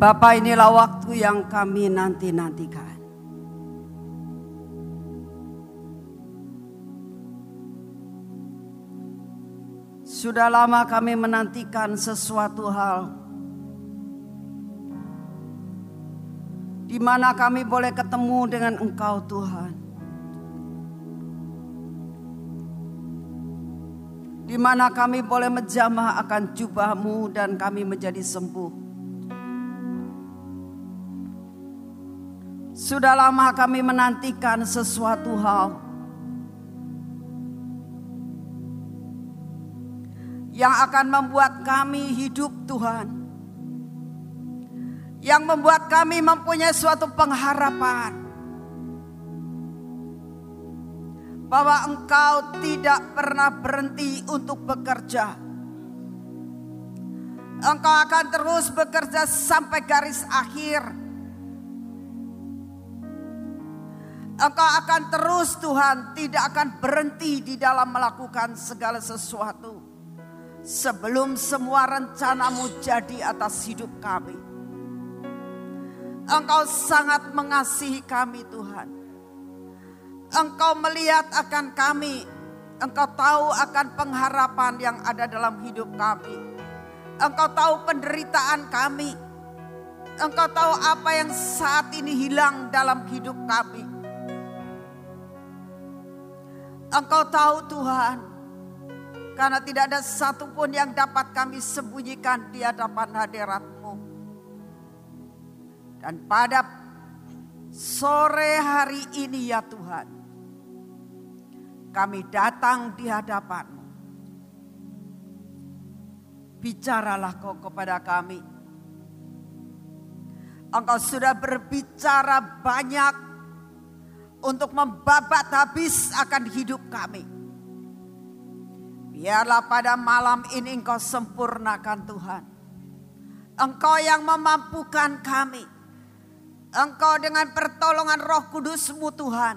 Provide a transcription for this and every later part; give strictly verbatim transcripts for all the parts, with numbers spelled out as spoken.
Bapa, inilah waktu yang kami nanti-nantikan. Sudah lama kami menantikan sesuatu hal di mana kami boleh ketemu dengan Engkau, Tuhan. Di mana kami boleh menjamah akan jubah-Mu dan kami menjadi sembuh. Sudah lama kami menantikan sesuatu hal yang akan membuat kami hidup, Tuhan. Yang membuat kami mempunyai suatu pengharapan bahwa Engkau tidak pernah berhenti untuk bekerja. Engkau akan terus bekerja sampai garis akhir. Engkau akan terus, Tuhan, tidak akan berhenti di dalam melakukan segala sesuatu sebelum semua rencana-Mu jadi atas hidup kami. Engkau sangat mengasihi kami, Tuhan. Engkau melihat akan kami. Engkau tahu akan pengharapan yang ada dalam hidup kami. Engkau tahu penderitaan kami. Engkau tahu apa yang saat ini hilang dalam hidup kami. Engkau tahu, Tuhan, karena tidak ada satupun yang dapat kami sembunyikan di hadapan hadirat-Mu. Dan pada sore hari ini, ya Tuhan, kami datang di hadapan-Mu. Bicaralah Kau kepada kami. Engkau sudah berbicara banyak untuk membabat habis akan hidup kami. Biarlah pada malam ini Engkau sempurnakan, Tuhan. Engkau yang memampukan kami. Engkau dengan pertolongan Roh Kudus-Mu, Tuhan,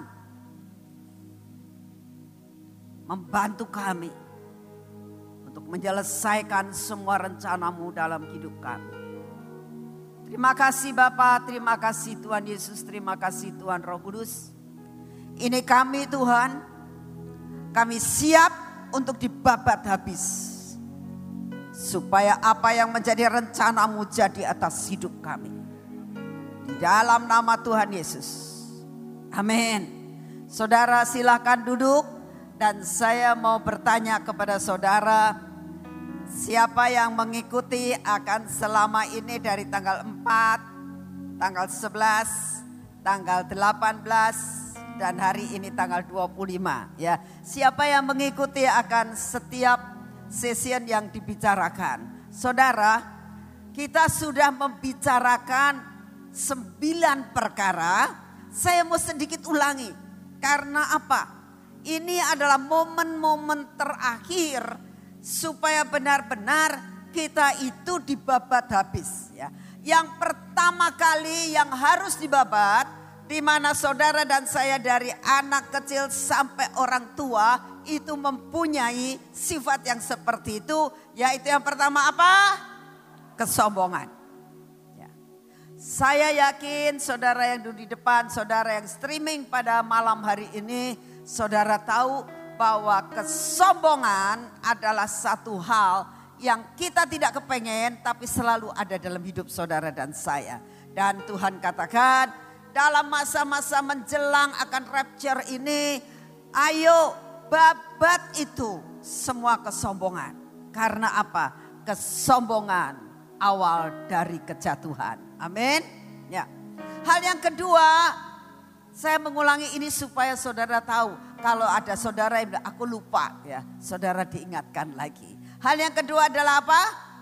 membantu kami untuk menyelesaikan semua rencana-Mu dalam hidup kami. Terima kasih Bapa, terima kasih Tuhan Yesus, terima kasih Tuhan Roh Kudus. Ini kami, Tuhan, kami siap untuk dibabat habis, supaya apa yang menjadi rencana-Mu jadi atas hidup kami. Di dalam nama Tuhan Yesus. Amin. Saudara silakan duduk dan saya mau bertanya kepada saudara, siapa yang mengikuti akan selama ini dari tanggal empat, tanggal sebelas, tanggal delapan belas dan hari ini tanggal dua puluh lima, ya. Siapa yang mengikuti akan setiap session yang dibicarakan? Saudara, kita sudah membicarakan sembilan perkara. Saya mau sedikit ulangi. Karena apa? Ini adalah momen-momen terakhir supaya benar-benar kita itu dibabat habis, ya. Yang pertama kali yang harus dibabat, di mana saudara dan saya dari anak kecil sampai orang tua itu mempunyai sifat yang seperti itu, yaitu yang pertama apa? Kesombongan. Saya yakin saudara yang duduk di depan, saudara yang streaming pada malam hari ini, saudara tahu bahwa kesombongan adalah satu hal yang kita tidak kepengen tapi selalu ada dalam hidup saudara dan saya. Dan Tuhan katakan dalam masa-masa menjelang akan rapture ini, ayo babat itu semua kesombongan. Karena apa? Kesombongan awal dari kejatuhan. Amin. Ya. Hal yang kedua, saya mengulangi ini supaya saudara tahu. Kalau ada saudara yang bilang, aku lupa, ya, saudara diingatkan lagi. Hal yang kedua adalah apa?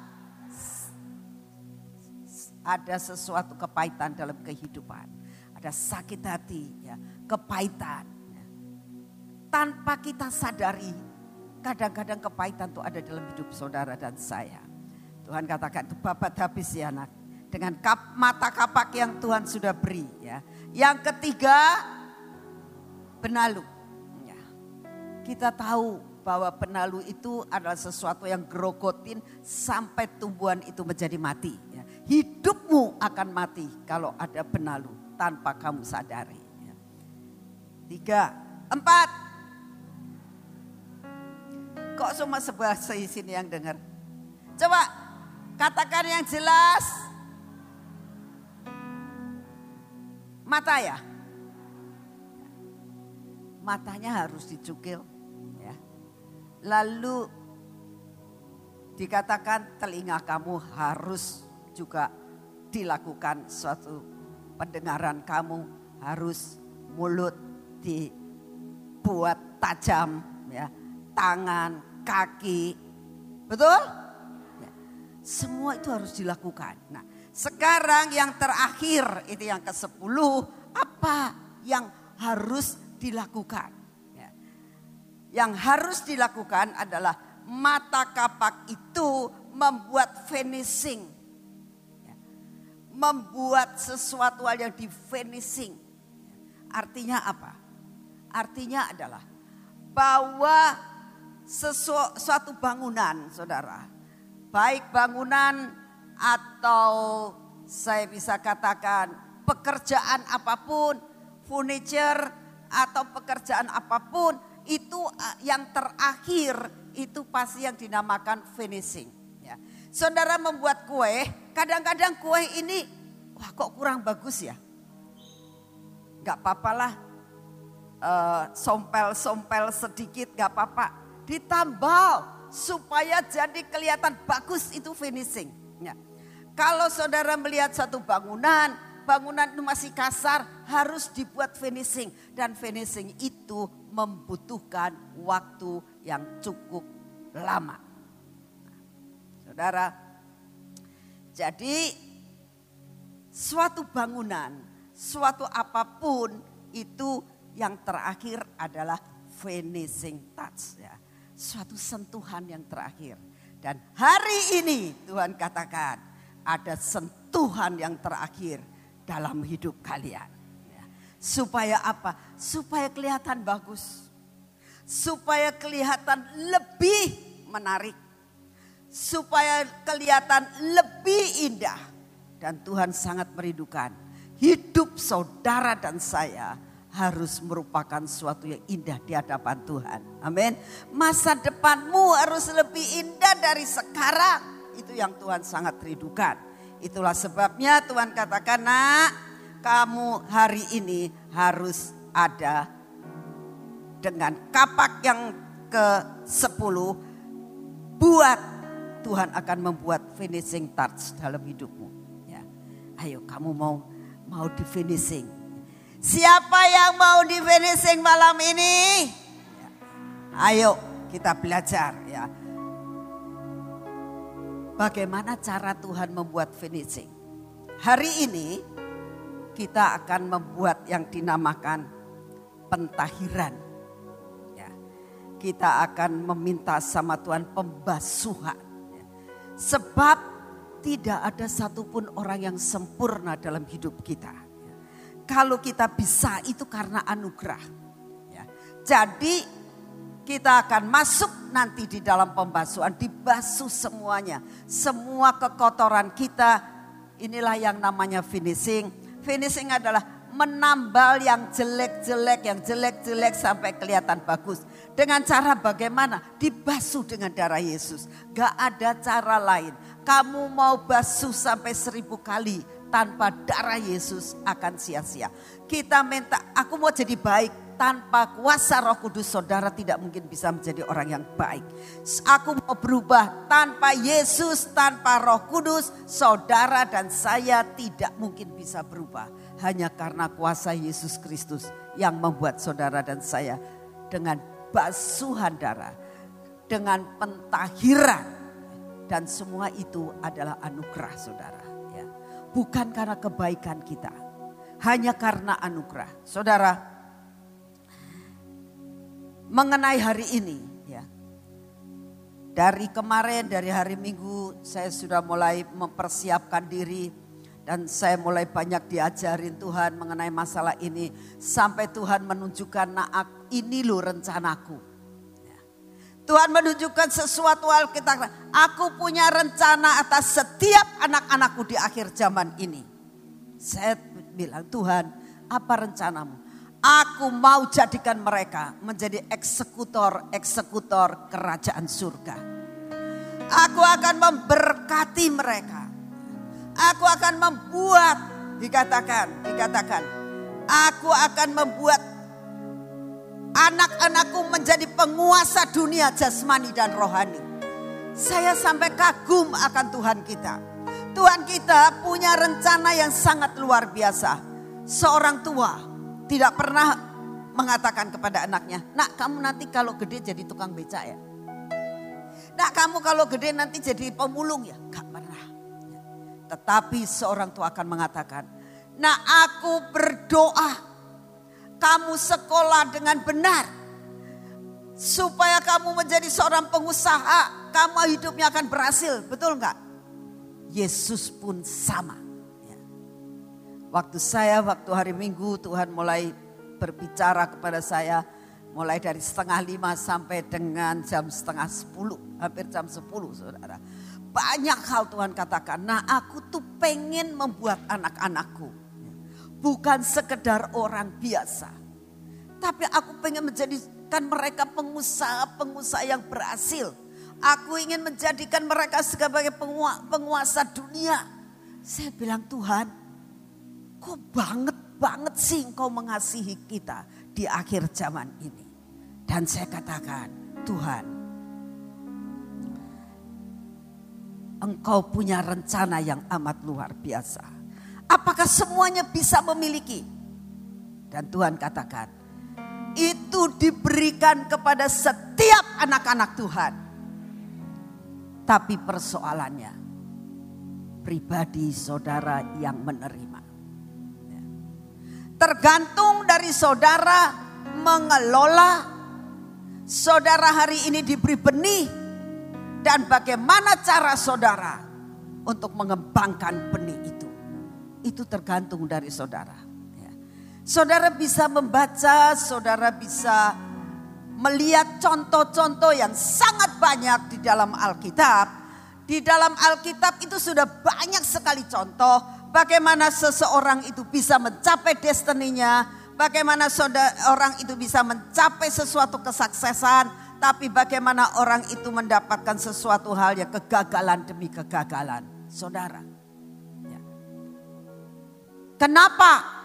Ada sesuatu kepahitan dalam kehidupan. Ada sakit hati, ya, kepahitan. Ya. Tanpa kita sadari, kadang-kadang kepahitan itu ada dalam hidup saudara dan saya. Tuhan katakan itu babat habis ya anak. Dengan kap, mata kapak yang Tuhan sudah beri, ya. Yang ketiga, benalu. Ya. Kita tahu bahwa benalu itu adalah sesuatu yang grogotin sampai tumbuhan itu menjadi mati. Ya. Hidupmu akan mati kalau ada benalu tanpa kamu sadari. Ya. Tiga, empat. Kok cuma sebelah sini yang dengar? Coba katakan yang jelas. Mata ya. Matanya harus dicukil. Ya. Lalu dikatakan telinga kamu harus juga dilakukan suatu pendengaran kamu harus, mulut dibuat tajam, ya, tangan, kaki, betul? Ya. Semua itu harus dilakukan. Nah, sekarang yang terakhir itu yang kesepuluh, apa yang harus dilakukan? Ya. Yang harus dilakukan adalah mata kapak itu membuat finishing. Ya. Membuat sesuatu hal yang di finishing. Artinya apa? Artinya adalah bahwa sesuatu suatu bangunan, saudara, baik bangunan atau saya bisa katakan pekerjaan apapun, furniture atau pekerjaan apapun, itu yang terakhir itu pasti yang dinamakan finishing. Ya. Saudara membuat kue, kadang-kadang kue ini wah kok kurang bagus ya. Gak apa-apalah, uh, sompel-sompel sedikit gak apa-apa. Ditambal supaya jadi kelihatan bagus, itu finishing. Ya. Kalau saudara melihat satu bangunan, bangunan itu masih kasar, harus dibuat finishing. Dan finishing itu membutuhkan waktu yang cukup lama. Saudara, jadi suatu bangunan, suatu apapun itu yang terakhir adalah finishing touch. Ya. Suatu sentuhan yang terakhir. Dan hari ini Tuhan katakan ada sentuhan yang terakhir dalam hidup kalian. Ya. Supaya apa? Supaya kelihatan bagus. Supaya kelihatan lebih menarik. Supaya kelihatan lebih indah. Dan Tuhan sangat merindukan hidup saudara dan saya harus merupakan sesuatu yang indah di hadapan Tuhan. Amin. Masa depanmu harus lebih indah dari sekarang. Itu yang Tuhan sangat rindukan. Itulah sebabnya Tuhan katakan, nak, kamu hari ini harus ada dengan kapak yang ke sepuluh. Buat, Tuhan akan membuat finishing touch dalam hidupmu. Ya. Ayo kamu mau mau di finishing. Siapa yang mau di finishing malam ini? Ya. Ayo kita belajar ya. Bagaimana cara Tuhan membuat finishing? Hari ini kita akan membuat yang dinamakan pentahiran. Ya. Kita akan meminta sama Tuhan pembasuhan. Ya. Sebab tidak ada satupun orang yang sempurna dalam hidup kita. Kalau kita bisa itu karena anugerah. Ya. Jadi kita akan masuk nanti di dalam pembasuhan, dibasuh semuanya. Semua kekotoran kita, inilah yang namanya finishing. Finishing adalah menambal yang jelek-jelek, yang jelek-jelek sampai kelihatan bagus. Dengan cara bagaimana? Dibasuh dengan darah Yesus. Gak ada cara lain. Kamu mau basuh sampai seribu kali, tanpa darah Yesus akan sia-sia. Kita minta, aku mau jadi baik. Tanpa kuasa Roh Kudus saudara tidak mungkin bisa menjadi orang yang baik. Aku mau berubah, tanpa Yesus, tanpa Roh Kudus saudara dan saya tidak mungkin bisa berubah. Hanya karena kuasa Yesus Kristus yang membuat saudara dan saya dengan basuhan darah, dengan pentahiran. Dan semua itu adalah anugerah saudara. Ya. Bukan karena kebaikan kita, hanya karena anugerah. Saudara, mengenai hari ini ya. Dari kemarin, dari hari Minggu saya sudah mulai mempersiapkan diri. Dan saya mulai banyak diajarin Tuhan mengenai masalah ini. Sampai Tuhan menunjukkan, nah ini loh rencanaku. Ya. Tuhan menunjukkan sesuatu hal kita. Aku punya rencana atas setiap anak-anakku di akhir zaman ini. Saya bilang, Tuhan, apa rencanamu? Aku mau jadikan mereka menjadi eksekutor-eksekutor kerajaan surga. Aku akan memberkati mereka. Aku akan membuat, dikatakan, dikatakan, aku akan membuat anak-anakku menjadi penguasa dunia jasmani dan rohani. Saya sampai kagum akan Tuhan kita. Tuhan kita punya rencana yang sangat luar biasa. Seorang tua tidak pernah mengatakan kepada anaknya, nak kamu nanti kalau gede jadi tukang becak ya. Nak kamu kalau gede nanti jadi pemulung ya. Gak pernah. Tetapi seorang tua akan mengatakan, nak aku berdoa kamu sekolah dengan benar. Supaya kamu menjadi seorang pengusaha, kamu hidupnya akan berhasil. Betul enggak? Yesus pun sama. Ya. Waktu saya, waktu hari Minggu Tuhan mulai berbicara kepada saya. Mulai dari setengah lima sampai dengan jam setengah sepuluh. Hampir jam sepuluh saudara. Banyak hal Tuhan katakan. Nah aku tuh pengen membuat anak-anakku. Bukan sekedar orang biasa. Tapi aku pengen menjadikan mereka pengusaha-pengusaha yang berhasil. Aku ingin menjadikan mereka sebagai penguasa dunia. Saya bilang, Tuhan, kok banget banget sih engkau mengasihi kita di akhir zaman ini. Dan saya katakan, Tuhan, engkau punya rencana yang amat luar biasa. Apakah semuanya bisa memiliki? Dan Tuhan katakan, itu diberikan kepada setiap anak-anak Tuhan. Tapi persoalannya, pribadi saudara yang menerima. Tergantung dari saudara mengelola. Saudara hari ini diberi benih. Dan bagaimana cara saudara untuk mengembangkan benih itu. Itu tergantung dari saudara. Ya. Saudara bisa membaca, saudara bisa melihat contoh-contoh yang sangat banyak di dalam Alkitab. Di dalam Alkitab itu sudah banyak sekali contoh bagaimana seseorang itu bisa mencapai destininya, bagaimana orang itu bisa mencapai sesuatu kesuksesan, tapi bagaimana orang itu mendapatkan sesuatu hal yang kegagalan demi kegagalan. Saudara. Ya. Kenapa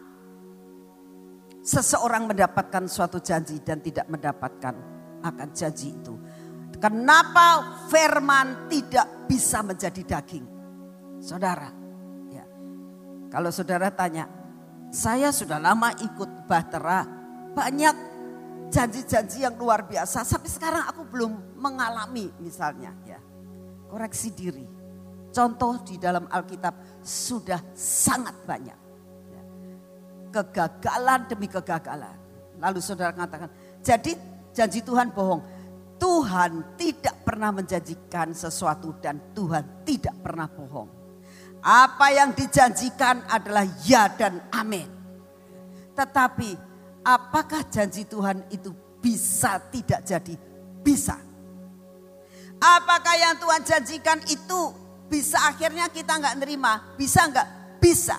seseorang mendapatkan suatu janji dan tidak mendapatkan akan janji itu? Kenapa firman tidak bisa menjadi daging? Saudara, ya. Kalau saudara tanya, saya sudah lama ikut Bahtera, banyak janji-janji yang luar biasa, sampai sekarang aku belum mengalami misalnya. Ya. Koreksi diri, contoh di dalam Alkitab sudah sangat banyak. Ya. Kegagalan demi kegagalan. Lalu saudara katakan, jadi janji Tuhan bohong. Tuhan tidak pernah menjanjikan sesuatu dan Tuhan tidak pernah bohong. Apa yang dijanjikan adalah ya dan amin. Tetapi apakah janji Tuhan itu bisa tidak jadi? Bisa. Apakah yang Tuhan janjikan itu bisa akhirnya kita nggak nerima? Bisa nggak? Bisa.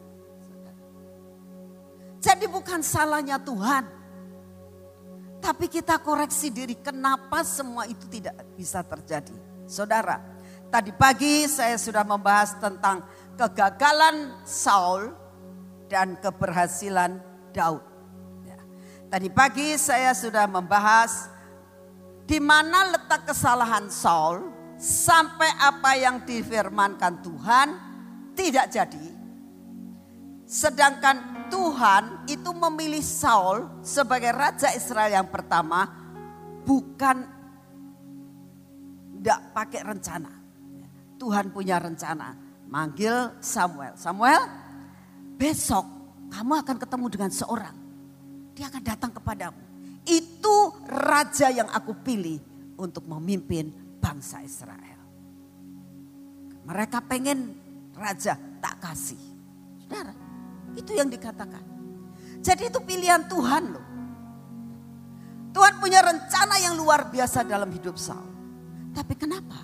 Jadi bukan salahnya Tuhan. Tapi kita koreksi diri, kenapa semua itu tidak bisa terjadi. Saudara, tadi pagi saya sudah membahas tentang kegagalan Saul dan keberhasilan Daud. Ya. Tadi pagi saya sudah membahas di mana letak kesalahan Saul sampai apa yang difirmankan Tuhan tidak jadi. Sedangkan Tuhan itu memilih Saul sebagai raja Israel yang pertama bukan tidak pakai rencana. Tuhan punya rencana, manggil Samuel. Samuel, besok kamu akan ketemu dengan seorang. Dia akan datang kepadamu. Itu raja yang aku pilih untuk memimpin bangsa Israel. Mereka pengen raja, tak kasih. Saudara. Itu yang dikatakan. Jadi itu pilihan Tuhan loh. Tuhan punya rencana yang luar biasa dalam hidup Saul. Tapi kenapa?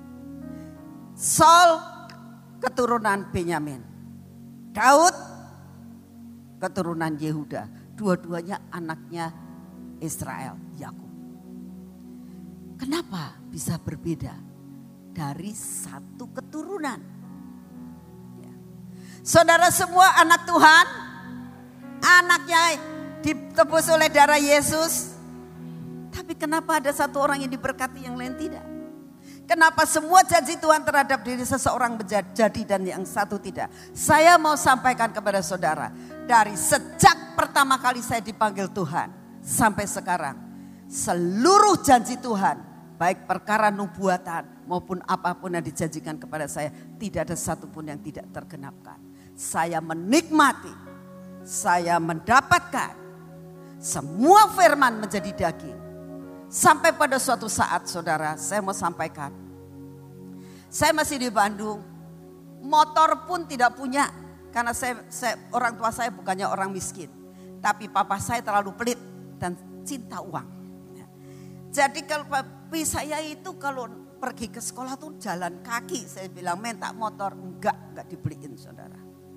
Saul keturunan Benyamin. Daud keturunan Yehuda. Dua-duanya anaknya Israel, Yakub. Kenapa bisa berbeda? Dari satu keturunan. Ya. Saudara semua anak Tuhan, anaknya ditebus oleh darah Yesus. Tapi kenapa ada satu orang yang diberkati yang lain tidak? Kenapa semua janji Tuhan terhadap diri seseorang menjadi dan yang satu tidak? Saya mau sampaikan kepada saudara. Dari sejak pertama kali saya dipanggil Tuhan sampai sekarang. Seluruh janji Tuhan, baik perkara nubuatan maupun apapun yang dijanjikan kepada saya, tidak ada satupun yang tidak tergenapkan. Saya menikmati, saya mendapatkan semua firman menjadi daging. Sampai pada suatu saat saudara, saya mau sampaikan. Saya masih di Bandung, motor pun tidak punya. Karena saya, saya, orang tua saya bukannya orang miskin. Tapi papa saya terlalu pelit dan cinta uang. Jadi kalau papi saya itu kalau pergi ke sekolah tuh jalan kaki. Saya bilang minta motor, enggak, enggak dibeliin saudara.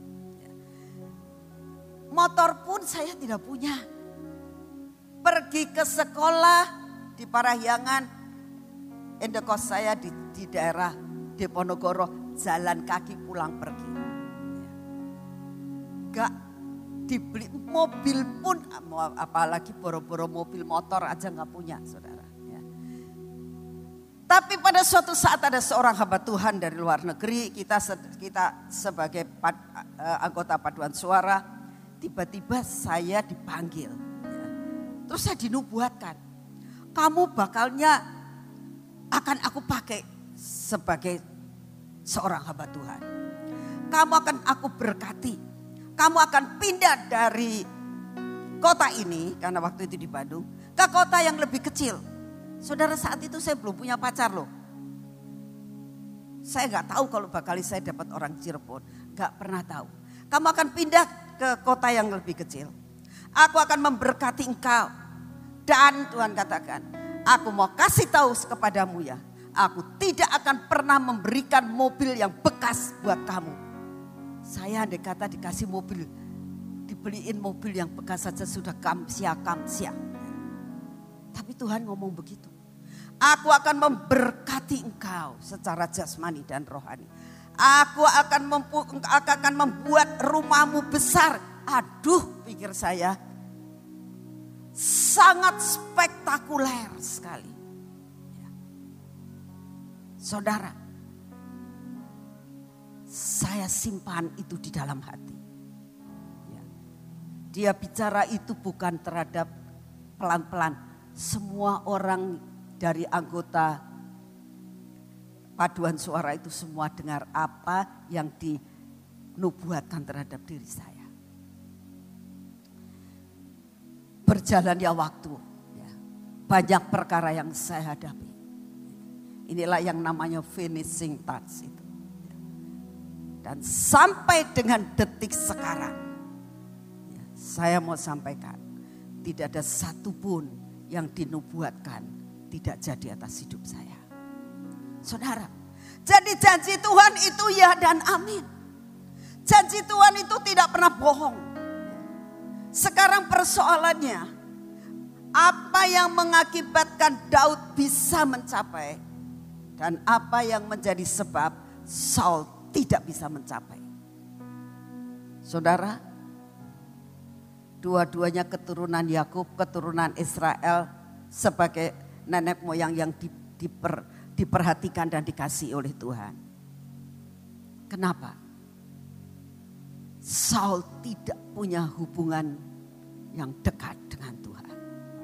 Motor pun saya tidak punya. Pergi ke sekolah di Parahyangan, indekos saya di, di daerah Diponegoro, jalan kaki pulang pergi. Enggak dibeli mobil pun, apalagi boro-boro mobil motor aja enggak punya saudara. Ya. Tapi pada suatu saat ada seorang hamba Tuhan dari luar negeri, kita kita sebagai pad, uh, anggota paduan suara, tiba-tiba saya dipanggil. Ya. Terus saya dinubuatkan, kamu bakalnya akan aku pakai sebagai seorang hamba Tuhan. Kamu akan aku berkati. Kamu akan pindah dari kota ini, karena waktu itu di Bandung, ke kota yang lebih kecil. Saudara, saat itu saya belum punya pacar loh. Saya gak tahu kalau bakal saya dapat orang Cirebon. Gak pernah tahu. Kamu akan pindah ke kota yang lebih kecil. Aku akan memberkati engkau. Dan Tuhan katakan, aku mau kasih tahu kepadamu ya. Aku tidak akan pernah memberikan mobil yang bekas buat kamu. Saya andai kata dikasih mobil, dibeliin mobil yang bekas saja sudah kamsia-kamsia. Tapi Tuhan ngomong begitu. Aku akan memberkati engkau secara jasmani dan rohani. Aku akan, mempu, akan membuat rumahmu besar. Aduh, pikir saya, sangat spektakuler sekali. Ya. Saudara, saya simpan itu di dalam hati. Ya. Dia bicara itu bukan terhadap pelan-pelan. Semua orang dari anggota paduan suara itu semua dengar apa yang dinubuatkan terhadap diri saya. Berjalannya waktu, ya, banyak perkara yang saya hadapi. Inilah yang namanya finishing touch itu. Dan sampai dengan detik sekarang, ya, saya mau sampaikan, tidak ada satupun yang dinubuatkan tidak jadi atas hidup saya. Saudara, jadi janji Tuhan itu ya dan amin. Janji Tuhan itu tidak pernah bohong. Sekarang persoalannya, apa yang mengakibatkan Daud bisa mencapai dan apa yang menjadi sebab Saul tidak bisa mencapai. Saudara, dua-duanya keturunan Yakub, keturunan Israel sebagai nenek moyang yang di, diper, diperhatikan dan dikasih oleh Tuhan. Kenapa? Saul tidak punya hubungan yang dekat dengan Tuhan.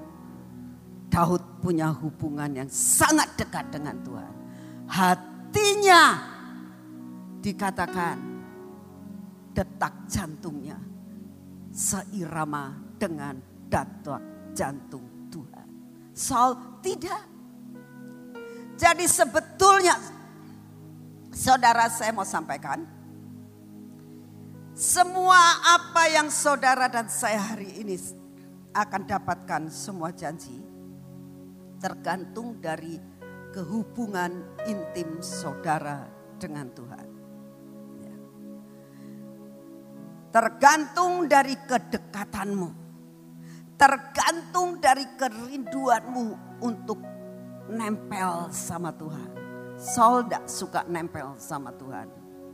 Daud punya hubungan yang sangat dekat dengan Tuhan. Hatinya dikatakan detak jantungnya seirama dengan detak jantung Tuhan. Saul tidak. Jadi sebetulnya saudara, saya mau sampaikan, semua apa yang saudara dan saya hari ini akan dapatkan, semua janji tergantung dari kehubungan intim saudara dengan Tuhan. Ya. Tergantung dari kedekatanmu, tergantung dari kerinduanmu untuk nempel sama Tuhan. Saul tidak suka nempel sama Tuhan.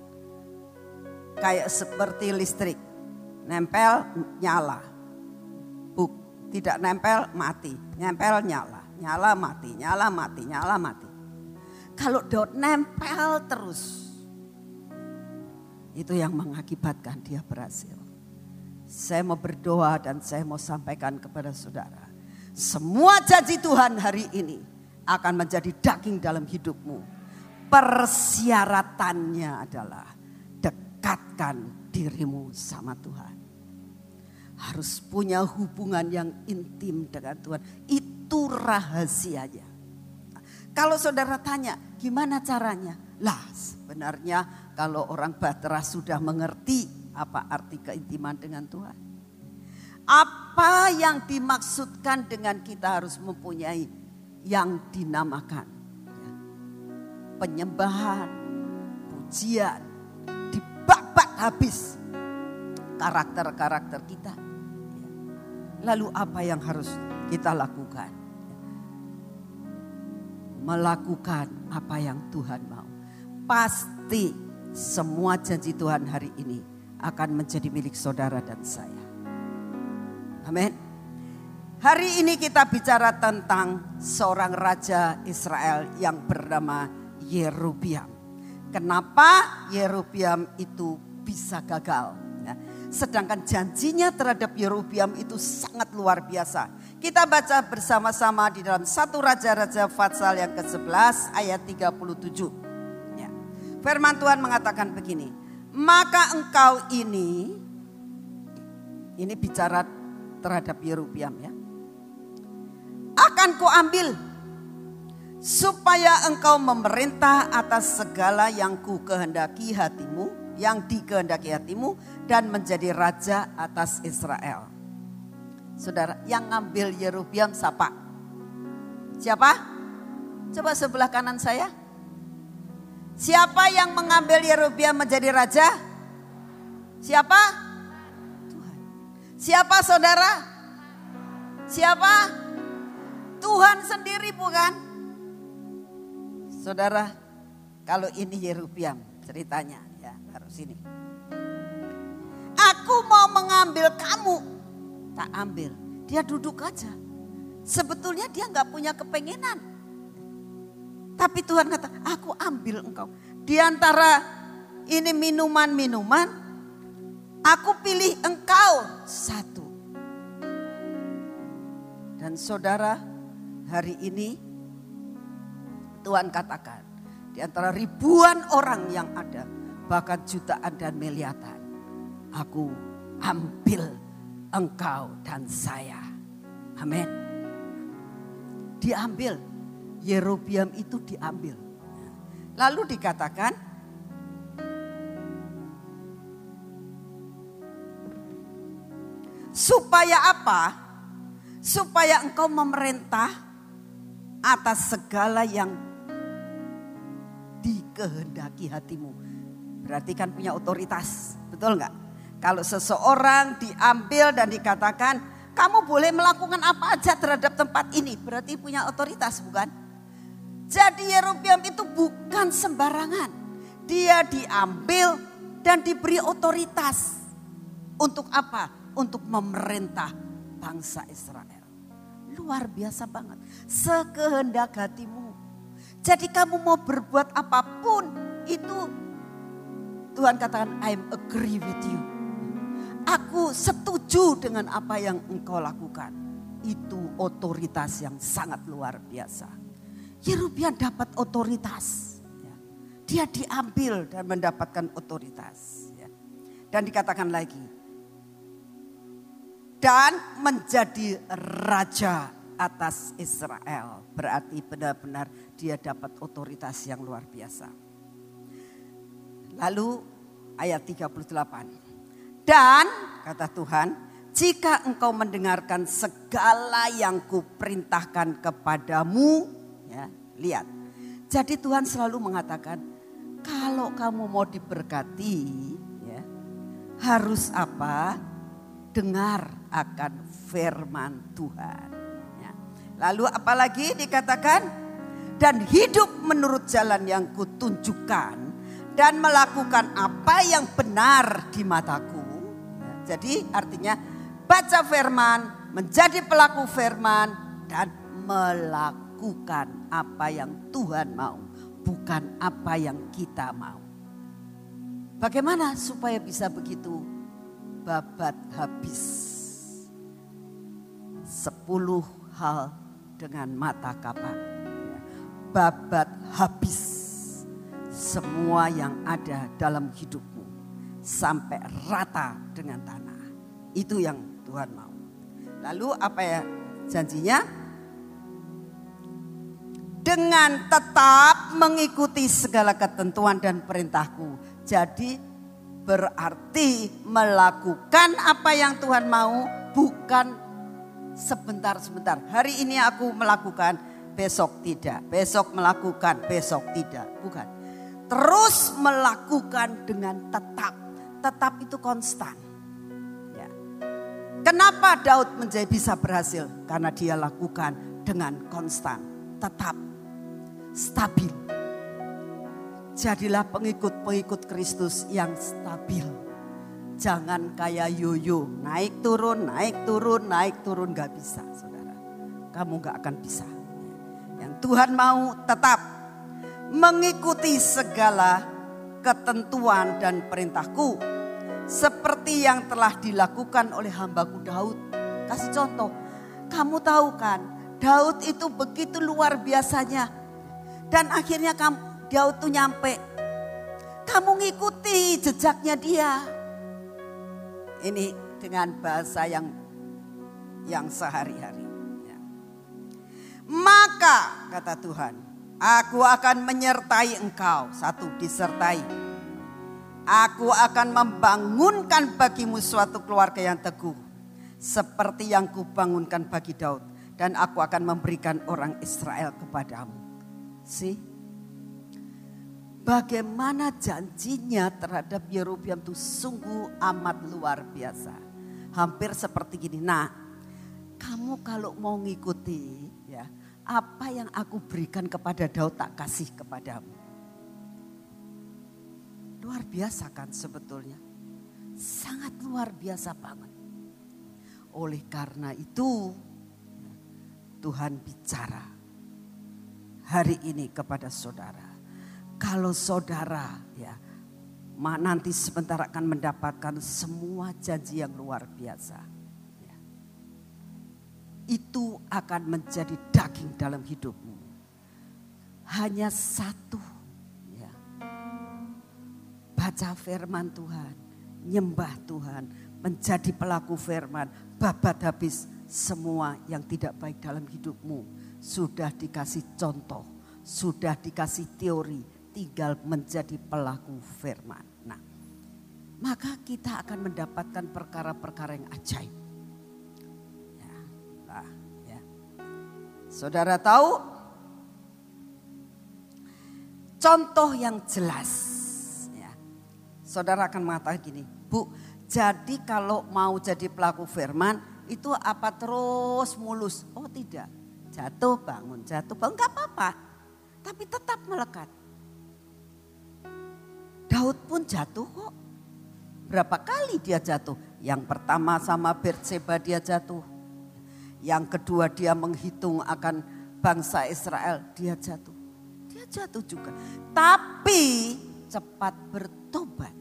Kayak seperti listrik, nempel nyala, buk, tidak nempel mati, nempel nyala, nyala mati, nyala mati, nyala mati. Kalau dot nempel terus, itu yang mengakibatkan dia berhasil. Saya mau berdoa dan saya mau sampaikan kepada saudara, semua janji Tuhan hari ini akan menjadi daging dalam hidupmu. Persyaratannya adalah dekatkan dirimu sama Tuhan. Harus punya hubungan yang intim dengan Tuhan. Itu rahasianya. Kalau saudara tanya gimana caranya? Lah sebenarnya kalau orang Bahtera sudah mengerti apa arti keintiman dengan Tuhan. Apa yang dimaksudkan dengan kita harus mempunyai yang dinamakan ya, penyembahan, pujian, dibabak habis karakter-karakter kita. Lalu apa yang harus kita lakukan? Melakukan apa yang Tuhan mau. Pasti semua janji Tuhan hari ini akan menjadi milik saudara dan saya. Amin. Hari ini kita bicara tentang seorang raja Israel yang bernama Yerobeam. Kenapa Yerobeam itu bisa gagal? Ya. Sedangkan janjinya terhadap Yerobeam itu sangat luar biasa. Kita baca bersama-sama di dalam satu Raja-Raja Fatsal yang ke sebelas ayat tiga puluh tujuh. Ya. Firman Tuhan mengatakan begini. Maka engkau ini, ini bicara terhadap Yerobeam ya. Akan kuambil supaya engkau memerintah atas segala yang ku kehendaki hatimu, yang dikehendaki hatimu dan menjadi raja atas Israel. Saudara, yang ngambil Yerobeam siapa? Siapa? Coba sebelah kanan saya. Siapa yang mengambil Yerobeam menjadi raja? Siapa? Tuhan. Siapa saudara? Siapa? Tuhan sendiri bukan? Saudara, kalau ini Yerobeam ceritanya ya, taruh sini. Aku mau mengambil kamu, tak ambil. Dia duduk aja. Sebetulnya dia nggak punya kepengenan. Tapi Tuhan kata, aku ambil engkau. Di antara ini minuman-minuman, aku pilih engkau satu. Dan saudara, hari ini Tuhan katakan, di antara ribuan orang yang ada, bahkan jutaan dan miliaran, aku ambil engkau dan saya. Amin. Diambil, Yerobeam itu diambil. Lalu dikatakan, supaya apa? Supaya engkau memerintah atas segala yang dikehendaki hatimu. Berarti kan punya otoritas, betul enggak? Kalau seseorang diambil dan dikatakan, kamu boleh melakukan apa aja terhadap tempat ini, berarti punya otoritas bukan? Jadi Yerobeam itu bukan sembarangan. Dia diambil dan diberi otoritas. Untuk apa? Untuk memerintah bangsa Israel. Luar biasa banget. Sekehendak hatimu. Jadi kamu mau berbuat apapun itu, Tuhan katakan, I'm agree with you. Aku setuju dengan apa yang engkau lakukan. Itu otoritas yang sangat luar biasa. Yerobeam dapat otoritas. Dia diambil dan mendapatkan otoritas. Dan dikatakan lagi, dan menjadi raja atas Israel. Berarti benar-benar dia dapat otoritas yang luar biasa. Lalu ayat tiga puluh delapan. Dan kata Tuhan, jika engkau mendengarkan segala yang kuperintahkan kepadamu, ya, lihat. Jadi Tuhan selalu mengatakan, kalau kamu mau diberkati, ya, harus apa? Dengar akan firman Tuhan. Ya. Lalu apalagi dikatakan, dan hidup menurut jalan yang kutunjukkan dan melakukan apa yang benar di mataku. Ya, jadi artinya baca firman, menjadi pelaku firman, dan melakukan apa yang Tuhan mau, bukan apa yang kita mau. Bagaimana supaya bisa begitu? Babat habis sepuluh hal dengan mata kapak. Babat habis semua yang ada dalam hidupmu sampai rata dengan tanah. Itu yang Tuhan mau. Lalu apa ya janjinya? Dengan tetap mengikuti segala ketentuan dan perintahku. Jadi berarti melakukan apa yang Tuhan mau, bukan sebentar-sebentar. Hari ini aku melakukan, besok tidak. Besok melakukan, besok tidak. Bukan. Terus melakukan dengan tetap. Tetap itu konstan. Ya. Kenapa Daud menjadi bisa berhasil? Karena dia lakukan dengan konstan. Tetap. Stabil. Jadilah pengikut-pengikut Kristus yang stabil. Jangan kayak yoyo, naik turun, naik turun, naik turun, gak bisa saudara. Kamu gak akan bisa. Yang Tuhan mau tetap mengikuti segala ketentuan dan perintahku. Seperti yang telah dilakukan oleh hambaku Daud. Kasih contoh, kamu tahu kan Daud itu begitu luar biasanya. Dan akhirnya kamu Daud tuh nyampe, kamu ngikuti jejaknya dia. Ini dengan bahasa yang yang sehari-hari. Ya. Maka kata Tuhan, aku akan menyertai engkau. Satu, disertai. Aku akan membangunkan bagimu suatu keluarga yang teguh. Seperti yang kubangunkan bagi Daud. Dan aku akan memberikan orang Israel kepadamu. See? Bagaimana janjinya terhadap Yerobeam itu sungguh amat luar biasa. Hampir seperti gini. Nah, kamu kalau mau ngikuti, ya, apa yang aku berikan kepada Daud tak kasih kepadamu. Luar biasa kan sebetulnya. Sangat luar biasa banget. Oleh karena itu, Tuhan bicara hari ini kepada saudara. Kalau saudara ya nanti sebentar akan mendapatkan semua janji yang luar biasa. Ya. Itu akan menjadi daging dalam hidupmu. Hanya satu. Ya. Baca firman Tuhan. Nyembah Tuhan. Menjadi pelaku firman. Babat habis semua yang tidak baik dalam hidupmu. Sudah dikasih contoh. Sudah dikasih teori. Tinggal menjadi pelaku firman. Nah, maka kita akan mendapatkan perkara-perkara yang ajaib. Ya, nah, ya. Saudara tahu, contoh yang jelas. Ya. Saudara akan mengatakan gini, Bu, jadi kalau mau jadi pelaku firman itu apa terus mulus? Oh tidak, jatuh bangun, jatuh bangun, gak apa-apa. Tapi tetap melekat. Daud pun jatuh kok. Berapa kali dia jatuh? Yang pertama sama Batseba dia jatuh. Yang kedua dia menghitung akan bangsa Israel, dia jatuh. Dia jatuh juga. Tapi cepat bertobat.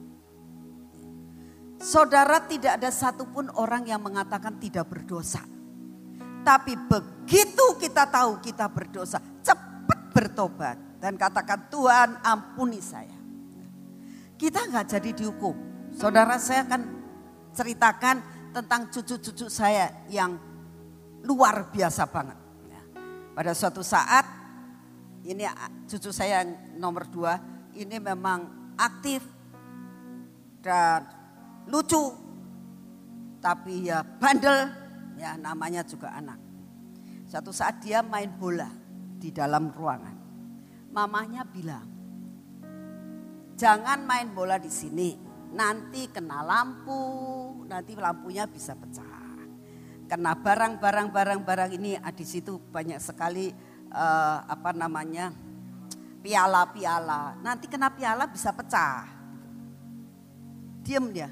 Saudara, tidak ada satupun orang yang mengatakan tidak berdosa. Tapi begitu kita tahu kita berdosa, cepat bertobat. Dan katakan, Tuhan ampuni saya. Kita nggak jadi dihukum. Saudara, saya akan ceritakan tentang cucu-cucu saya yang luar biasa banget. Pada suatu saat, ini cucu saya yang nomor dua, ini memang aktif dan lucu. tapi ya bandel, ya namanya juga anak. Suatu saat dia main bola di dalam ruangan. Mamanya bilang, jangan main bola di sini, nanti kena lampu, nanti lampunya bisa pecah. Kena barang-barang barang-barang ini di situ banyak sekali uh, apa namanya piala-piala. Nanti kena piala bisa pecah. Diam dia.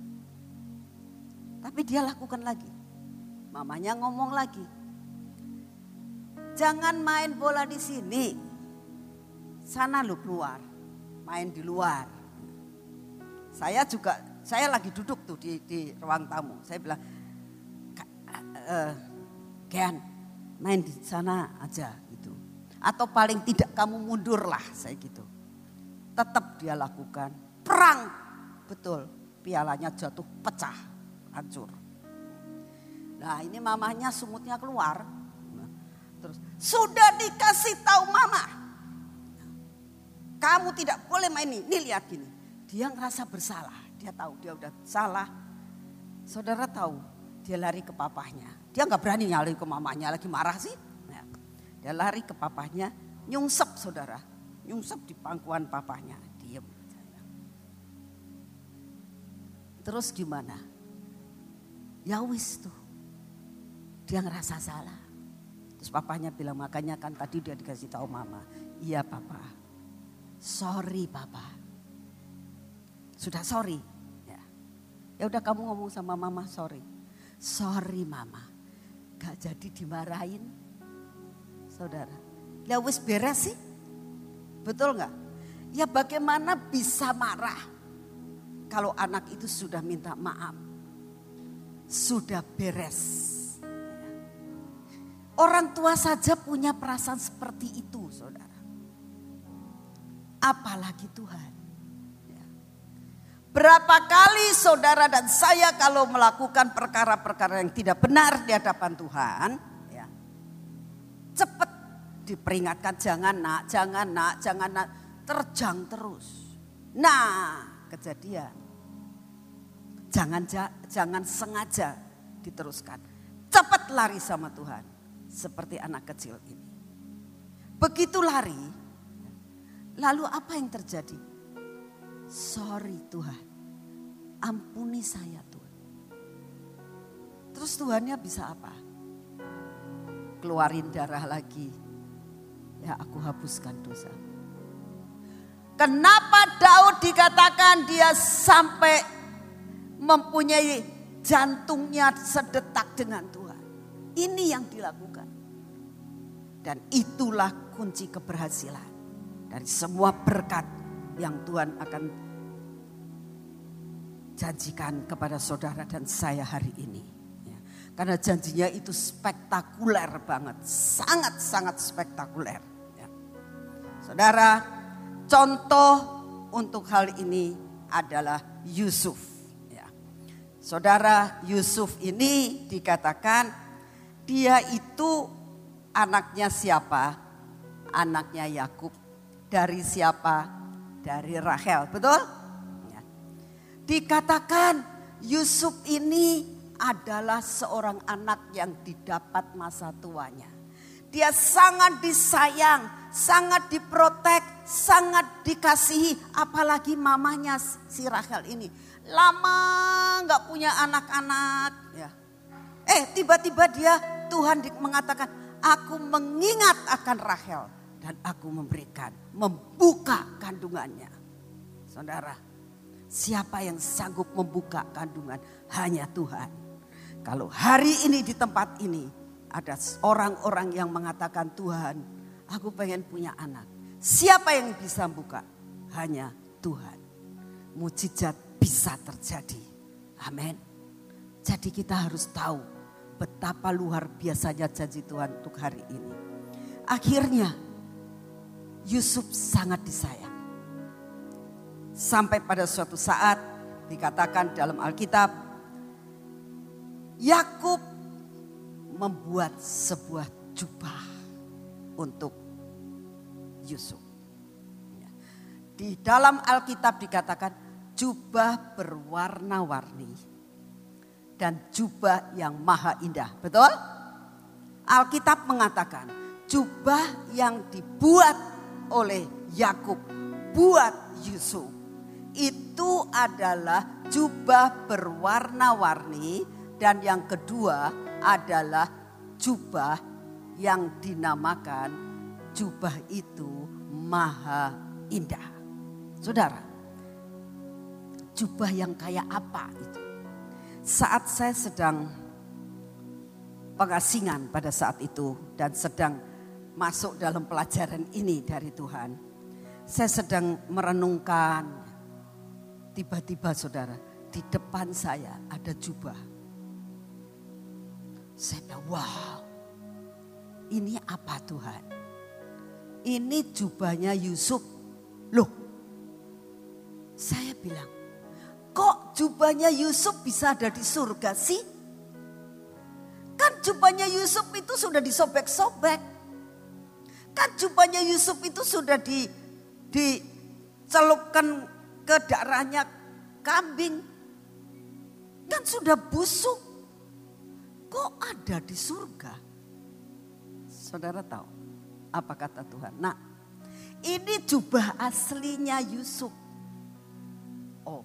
Tapi dia lakukan lagi. Mamanya ngomong lagi. Jangan main bola di sini. Sana lu keluar. Main di luar. Saya juga, saya lagi duduk tuh di, di ruang tamu. Saya bilang, uh, Gen, main di sana aja gitu. Atau paling tidak kamu mundurlah, saya gitu. Tetap dia lakukan. Perang, betul. Pialanya jatuh, pecah. Hancur. Nah ini mamanya sumutnya keluar. Terus sudah dikasih tahu mama, kamu tidak boleh main ini. Nih lihat gini. Dia ngerasa bersalah. Dia tahu dia udah salah. Saudara tahu dia lari ke papahnya. Dia nggak berani nyari ke mamanya, lagi marah sih. Nah, dia lari ke papahnya, nyungsep saudara, nyungsep di pangkuan papahnya. Diam. Terus gimana? Ya wis tuh, dia ngerasa salah. Terus papanya bilang, makanya kan tadi dia dikasih tahu mama. Iya papa, sorry papa. Sudah sorry. Ya, ya udah kamu ngomong sama mama sorry. Sorry mama, gak jadi dimarahin. Saudara, ya wis beres sih. Betul gak? Ya bagaimana bisa marah kalau anak itu sudah minta maaf. Sudah beres. Orang tua saja punya perasaan seperti itu saudara. Apalagi Tuhan. Berapa kali saudara dan saya kalau melakukan perkara-perkara yang tidak benar di hadapan Tuhan. Ya, cepat diperingatkan jangan nak, jangan nak, jangan nak. Terjang terus. Nah kejadian. Jangan jangan sengaja diteruskan. Cepat lari sama Tuhan. Seperti anak kecil ini. Begitu lari. Lalu apa yang terjadi? Sorry Tuhan. Ampuni saya Tuhan. Terus Tuhannya bisa apa? Keluarin darah lagi. Ya aku hapuskan dosa. Kenapa Daud dikatakan dia sampai mempunyai jantungnya sedetak dengan Tuhan. Ini yang dilakukan. Dan itulah kunci keberhasilan. Dari semua berkat yang Tuhan akan janjikan kepada saudara dan saya hari ini. Ya, karena janjinya itu spektakuler banget. Sangat-sangat spektakuler. Ya. Saudara, contoh untuk hal ini adalah Yusuf. Saudara Yusuf ini dikatakan dia itu anaknya siapa? Anaknya Yakub. Dari siapa? Dari Rahel, betul? Ya. Dikatakan Yusuf ini adalah seorang anak yang didapat masa tuanya. Dia sangat disayang, sangat diprotek, sangat dikasihi. Apalagi mamanya si Rahel ini. Lama gak punya anak-anak. Ya. Eh tiba-tiba dia Tuhan mengatakan, aku mengingat akan Rahel. Dan aku memberikan, membuka kandungannya. Saudara, siapa yang sanggup membuka kandungan? Hanya Tuhan. Kalau hari ini di tempat ini ada orang-orang yang mengatakan, Tuhan aku pengen punya anak. Siapa yang bisa buka? Hanya Tuhan. Mujizat bisa terjadi. Amin. Jadi kita harus tahu betapa luar biasanya janji Tuhan untuk hari ini. Akhirnya Yusuf sangat disayang. Sampai pada suatu saat dikatakan dalam Alkitab, Yakub membuat sebuah jubah untuk Yusuf. Di dalam Alkitab dikatakan jubah berwarna-warni dan jubah yang maha indah. Betul? Alkitab mengatakan jubah yang dibuat oleh Yakub buat Yusuf itu adalah jubah berwarna-warni, dan yang kedua adalah jubah yang dinamakan jubah itu maha indah. Saudara, jubah yang kayak apa itu? Saat saya sedang pengasingan pada saat itu dan sedang masuk dalam pelajaran ini dari Tuhan, saya sedang merenungkan, tiba-tiba saudara, di depan saya ada jubah. Saya bilang, wow, ini apa Tuhan? Ini jubahnya Yusuf. Loh, saya bilang, kok jubahnya Yusuf bisa ada di surga sih? Kan jubahnya Yusuf itu sudah disobek-sobek. Kan jubahnya Yusuf itu sudah di, dicelupkan ke darahnya kambing. Kan sudah busuk. Kok ada di surga? Saudara tahu apa kata Tuhan? Nah, ini jubah aslinya Yusuf. Oh,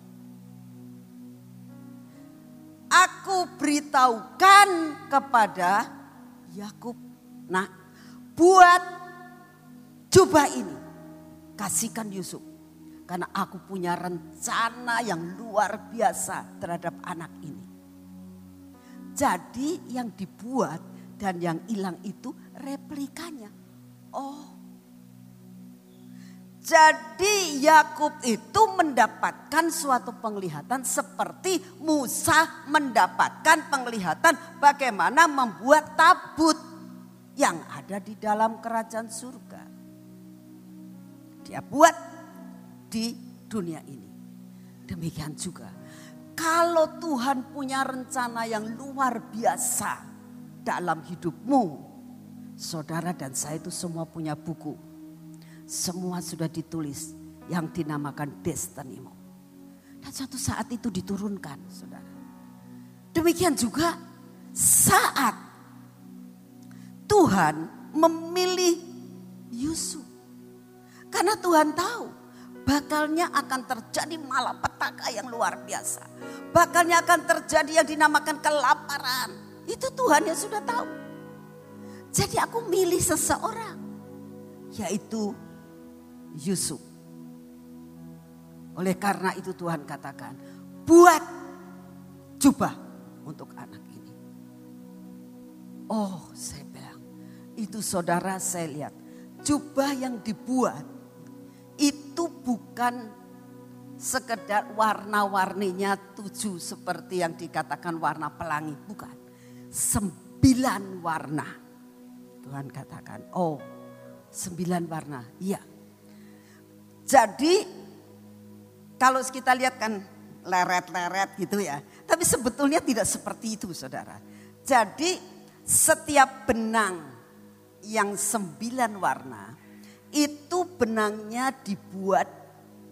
aku beritahukan kepada Yakub, nah, buat jubah ini, kasihkan Yusuf, karena aku punya rencana yang luar biasa terhadap anak ini. Jadi yang dibuat dan yang hilang itu replikanya. Oh, jadi Yakub itu mendapatkan suatu penglihatan seperti Musa mendapatkan penglihatan bagaimana membuat tabut yang ada di dalam kerajaan surga. Dia buat di dunia ini. Demikian juga kalau Tuhan punya rencana yang luar biasa dalam hidupmu, saudara dan saya itu semua punya buku. Semua sudah ditulis yang dinamakan destinimu. Dan suatu saat itu diturunkan, saudara. Demikian juga saat Tuhan memilih Yusuf. Karena Tuhan tahu bakalnya akan terjadi malapetaka yang luar biasa. Bakalnya akan terjadi yang dinamakan kelaparan. Itu Tuhan yang sudah tahu. Jadi aku milih seseorang, yaitu Yusuf. Oleh karena itu Tuhan katakan, buat jubah untuk anak ini. Oh, saya bilang, itu saudara, saya lihat jubah yang dibuat itu bukan sekedar warna-warninya tujuh seperti yang dikatakan warna pelangi. Bukan. Sembilan warna. Tuhan katakan, oh sembilan warna. Iya. Jadi kalau kita lihat kan leret-leret gitu ya. Tapi sebetulnya tidak seperti itu saudara. Jadi setiap benang yang sembilan warna itu benangnya dibuat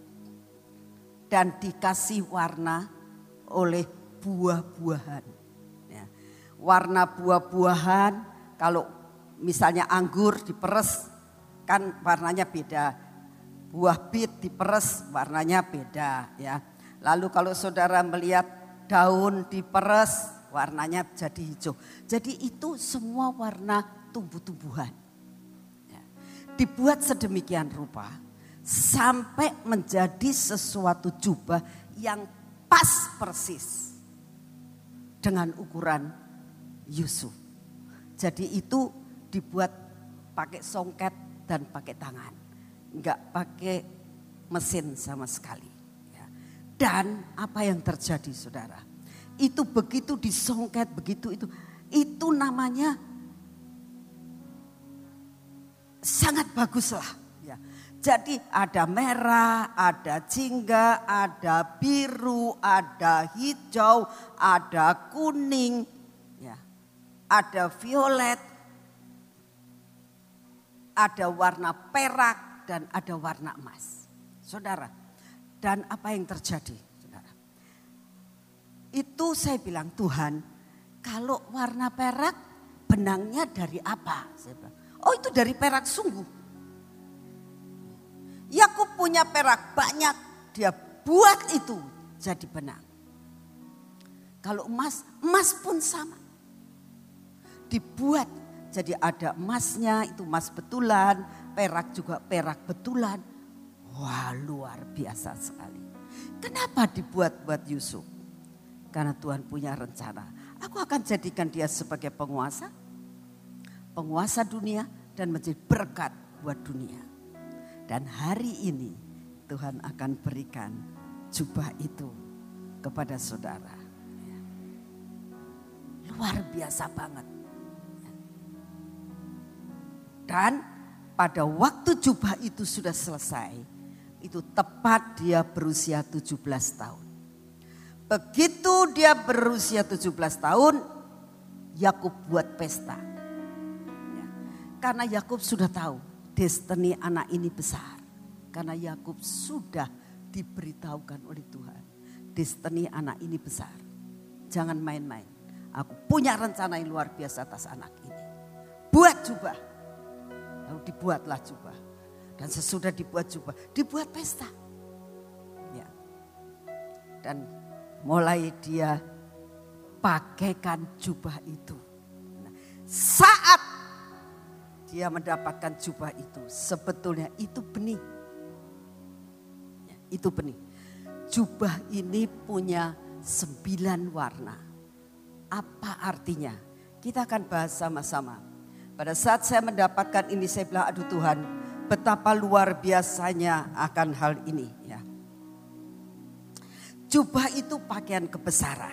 dan dikasih warna oleh buah-buahan. Ya. Warna buah-buahan, kalau misalnya anggur diperes kan warnanya beda. Buah bit diperes warnanya beda. Ya. Lalu kalau saudara melihat daun diperes warnanya jadi hijau. Jadi itu semua warna tumbuh-tumbuhan. Ya. Dibuat sedemikian rupa sampai menjadi sesuatu jubah yang pas persis dengan ukuran Yusuf. Jadi itu dibuat pakai songket dan pakai tangan. Enggak pakai mesin sama sekali. Ya. Dan apa yang terjadi saudara? Itu begitu disongket, begitu itu. Itu namanya sangat bagus lah. Ya. Jadi ada merah, ada jingga, ada biru, ada hijau, ada kuning, ya, ada violet, ada warna perak dan ada warna emas. Saudara, dan apa yang terjadi? Saudara? Itu saya bilang, Tuhan, kalau warna perak benangnya dari apa? Saya bilang, oh itu dari perak sungguh. Yakub punya perak banyak, dia buat itu jadi benang. Kalau emas, emas pun sama. Dibuat jadi ada emasnya, itu emas betulan, perak juga perak betulan. Wah, luar biasa sekali. Kenapa dibuat buat Yusuf? Karena Tuhan punya rencana. Aku akan jadikan dia sebagai penguasa. Penguasa dunia dan menjadi berkat buat dunia. Dan hari ini Tuhan akan berikan jubah itu kepada saudara. Luar biasa banget. Dan pada waktu jubah itu sudah selesai, itu tepat dia berusia tujuh belas tahun. Begitu dia berusia tujuh belas tahun, Yakub buat pesta. Ya. Karena Yakub sudah tahu destiny anak ini besar. Karena Yakub sudah diberitahukan oleh Tuhan. Destiny anak ini besar. Jangan main-main. Aku punya rencana yang luar biasa atas anak ini. Buat jubah. Lalu dibuatlah jubah. Dan sesudah dibuat jubah, dibuat pesta. Ya. Dan mulai dia pakaikan jubah itu. Nah, saat dia mendapatkan jubah itu, sebetulnya itu benih. Ya, itu benih. Jubah ini punya sembilan warna. Apa artinya? Kita akan bahas sama-sama. Pada saat saya mendapatkan ini, saya bilang, aduh Tuhan, betapa luar biasanya akan hal ini. Ya. Jubah itu pakaian kebesaran.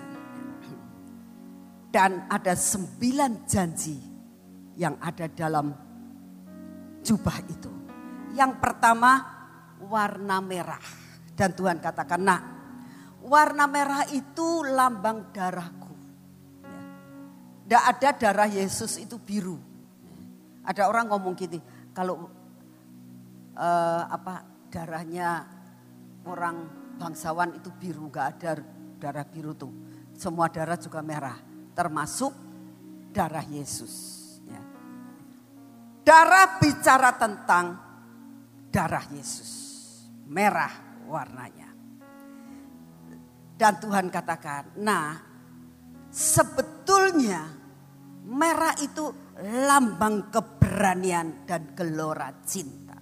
Dan ada sembilan janji yang ada dalam jubah itu. Yang pertama, warna merah. Dan Tuhan katakan, nah, warna merah itu lambang darahku. Tidak ada darah Yesus itu biru. Ada orang ngomong gitu, kalau uh, apa darahnya orang bangsawan itu biru, gak ada darah biru tuh. Semua darah juga merah, termasuk darah Yesus. Ya. Darah bicara tentang darah Yesus, merah warnanya. Dan Tuhan katakan, nah sebetulnya merah itu lambang keberanian dan gelora cinta.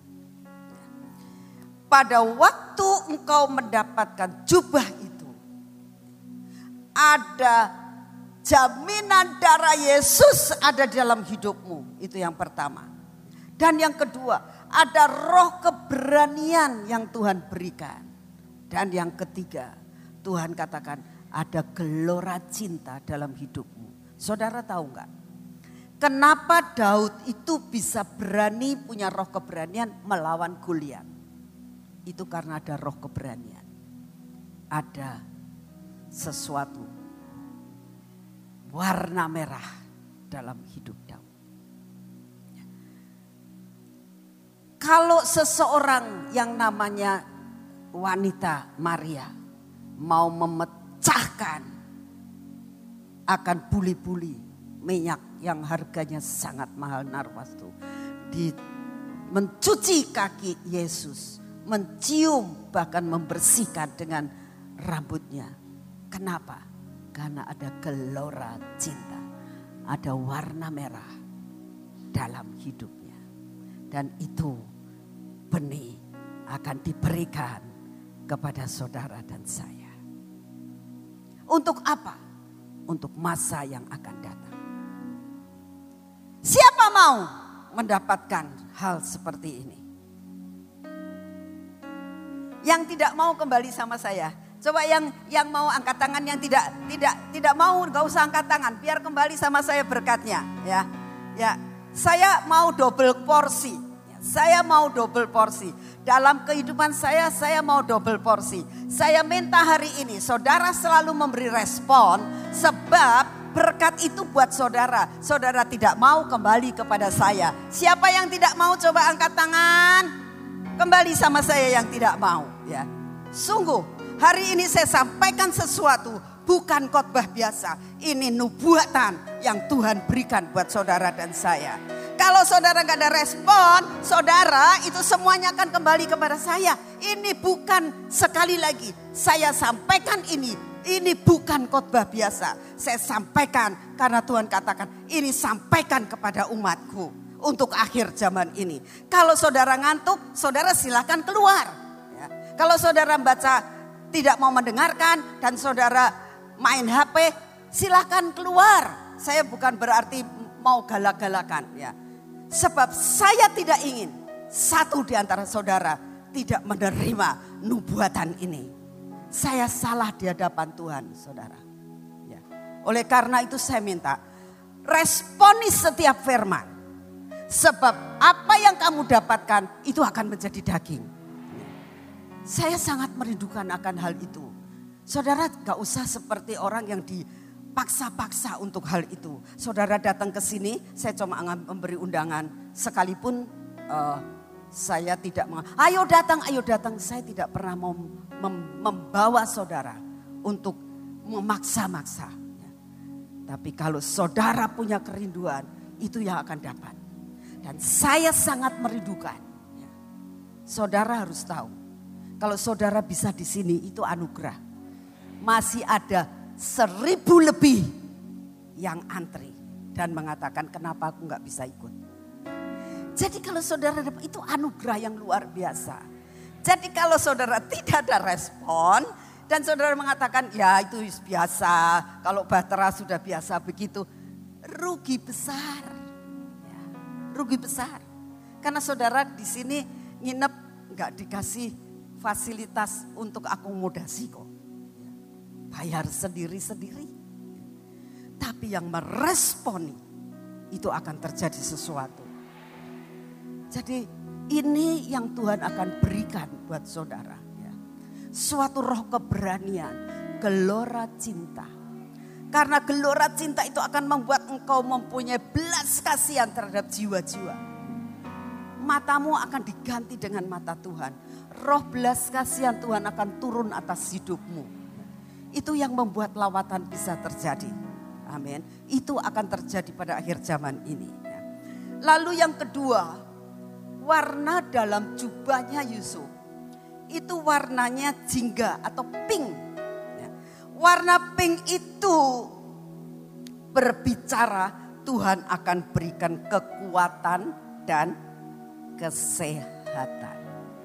Pada waktu engkau mendapatkan jubah itu, ada jaminan darah Yesus ada dalam hidupmu. Itu yang pertama. Dan yang kedua, ada roh keberanian yang Tuhan berikan. Dan yang ketiga, Tuhan katakan ada gelora cinta dalam hidupmu. Saudara tahu enggak? Kenapa Daud itu bisa berani punya roh keberanian melawan Goliat? Itu karena ada roh keberanian. Ada sesuatu warna merah dalam hidup Daud. Kalau seseorang yang namanya wanita Maria mau memecahkan akan buli-buli minyak yang harganya sangat mahal narwastu, di mencuci kaki Yesus, mencium bahkan membersihkan dengan rambutnya. Kenapa? Karena ada gelora cinta, ada warna merah dalam hidupnya. Dan itu benih akan diberikan kepada saudara dan saya. Untuk apa? Untuk masa yang akan datang. Siapa mau mendapatkan hal seperti ini? Yang tidak mau kembali sama saya. Coba yang yang mau angkat tangan, yang tidak tidak tidak mau enggak usah angkat tangan, biar kembali sama saya berkatnya, ya. Ya, saya mau double porsi. Saya mau double porsi. Dalam kehidupan saya, saya mau double porsi. Saya minta hari ini saudara selalu memberi respon, sebab berkat itu buat saudara. Saudara tidak mau kembali kepada saya. Siapa yang tidak mau coba angkat tangan? Kembali sama saya yang tidak mau. Ya, sungguh hari ini saya sampaikan sesuatu bukan khotbah biasa. Ini nubuatan yang Tuhan berikan buat saudara dan saya. Kalau saudara gak ada respon, saudara itu semuanya akan kembali kepada saya. Ini bukan, sekali lagi saya sampaikan ini. Ini bukan khotbah biasa. Saya sampaikan karena Tuhan katakan ini sampaikan kepada umatku untuk akhir zaman ini. Kalau saudara ngantuk, saudara silakan keluar. Ya. Kalau saudara baca tidak mau mendengarkan dan saudara main H P, silakan keluar. Saya bukan berarti mau galak-galakan ya. Sebab saya tidak ingin satu di antara saudara tidak menerima nubuatan ini. Saya salah di hadapan Tuhan, saudara. Ya. Oleh karena itu saya minta responi setiap firman. Sebab apa yang kamu dapatkan itu akan menjadi daging. Ya. Saya sangat merindukan akan hal itu. Saudara gak usah seperti orang yang dipaksa-paksa untuk hal itu. Saudara datang ke sini, saya cuma memberi undangan. Sekalipun uh, saya tidak meng- ayo datang, ayo datang. Saya tidak pernah mau mem- membawa saudara untuk memaksa-maksa. Ya. Tapi kalau saudara punya kerinduan, itu yang akan dapat. Dan saya sangat merindukan. Ya. Saudara harus tahu, kalau saudara bisa di sini itu anugerah. Masih ada seribu lebih yang antri dan mengatakan kenapa aku gak bisa ikut. Jadi kalau saudara dapat itu anugerah yang luar biasa. Jadi kalau saudara tidak ada respon dan saudara mengatakan ya itu biasa, kalau Bahtera sudah biasa begitu, rugi besar. Ya, rugi besar. Karena saudara di sini nginep gak dikasih fasilitas untuk akomodasi kok. Bayar sendiri-sendiri. Tapi yang meresponi itu akan terjadi sesuatu. Jadi ini yang Tuhan akan berikan buat saudara. Ya. Suatu roh keberanian, gelora cinta. Karena gelora cinta itu akan membuat engkau mempunyai belas kasihan terhadap jiwa-jiwa. Matamu akan diganti dengan mata Tuhan. Roh belas kasihan Tuhan akan turun atas hidupmu. Itu yang membuat lawatan bisa terjadi. Amin. Itu akan terjadi pada akhir zaman ini. Lalu yang kedua, warna dalam jubahnya Yusuf. Itu warnanya jingga atau pink. Warna pink itu berbicara Tuhan akan berikan kekuatan dan kesehatan.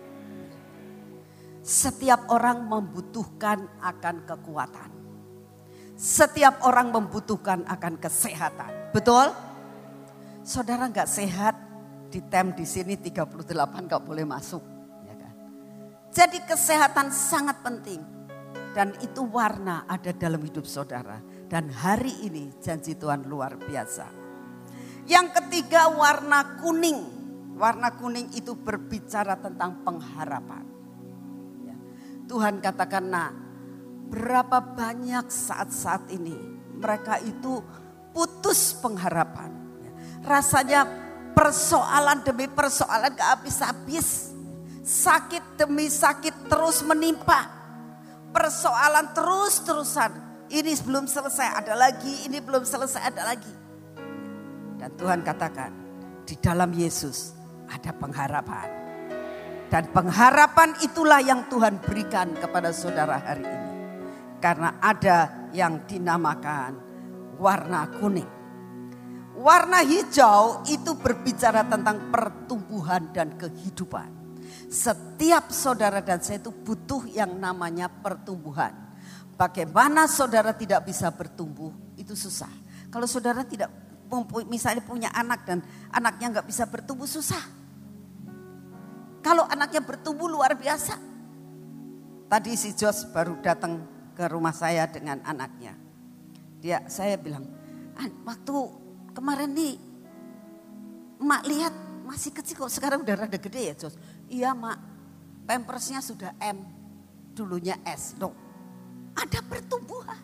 Setiap orang membutuhkan akan kekuatan. Setiap orang membutuhkan akan kesehatan. Betul? Saudara gak sehat, di tem di sini tiga puluh delapan gak boleh masuk. Ya kan? Jadi kesehatan sangat penting. Dan itu warna ada dalam hidup saudara. Dan hari ini janji Tuhan luar biasa. Yang ketiga warna kuning. Warna kuning itu berbicara tentang pengharapan. Tuhan katakan, nah berapa banyak saat-saat ini mereka itu putus pengharapan. Rasanya persoalan demi persoalan gak habis-habis. Sakit demi sakit terus menimpa. Persoalan terus-terusan. Ini belum selesai ada lagi, ini belum selesai ada lagi. Dan Tuhan katakan di dalam Yesus ada pengharapan. Dan pengharapan itulah yang Tuhan berikan kepada saudara hari ini. Karena ada yang dinamakan warna kuning. Warna hijau itu berbicara tentang pertumbuhan dan kehidupan. Setiap saudara dan saya itu butuh yang namanya pertumbuhan. Bagaimana saudara tidak bisa bertumbuh itu susah. Kalau saudara tidak misalnya punya anak dan anaknya gak bisa bertumbuh susah. Kalau anaknya bertumbuh luar biasa. Tadi si Jos baru datang ke rumah saya dengan anaknya. Dia, saya bilang, waktu kemarin nih, Mak lihat masih kecil kok, sekarang udah rada gede ya Jos. Iya Mak, pampersnya sudah M, dulunya S. Loh, ada pertumbuhan.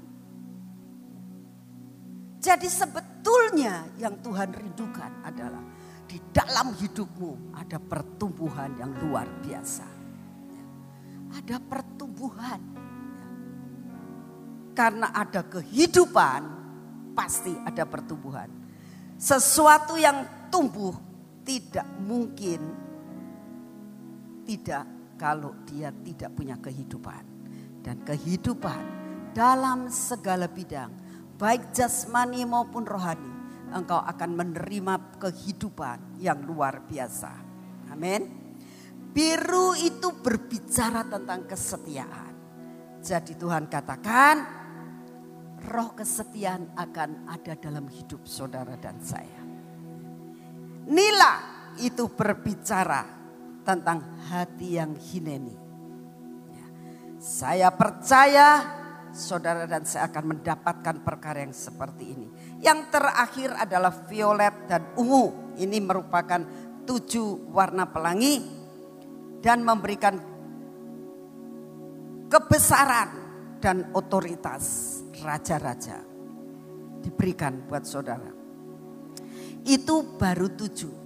Jadi sebetulnya yang Tuhan rindukan adalah di dalam hidupmu ada pertumbuhan yang luar biasa. Ada pertumbuhan. karena ada kehidupan pasti ada pertumbuhan. Sesuatu yang tumbuh tidak mungkin tidak kalau dia tidak punya kehidupan. Dan kehidupan dalam segala bidang, baik jasmani maupun rohani, engkau akan menerima kehidupan yang luar biasa. Amin. Biru itu berbicara tentang kesetiaan. Jadi Tuhan katakan, roh kesetiaan akan ada dalam hidup saudara dan saya. Nila itu berbicara tentang hati yang hineni. Ya. Saya percaya saudara dan saya akan mendapatkan perkara yang seperti ini. Yang terakhir adalah violet dan ungu. Ini merupakan tujuh warna pelangi dan memberikan kebesaran dan otoritas raja-raja diberikan buat saudara. Itu baru tujuh.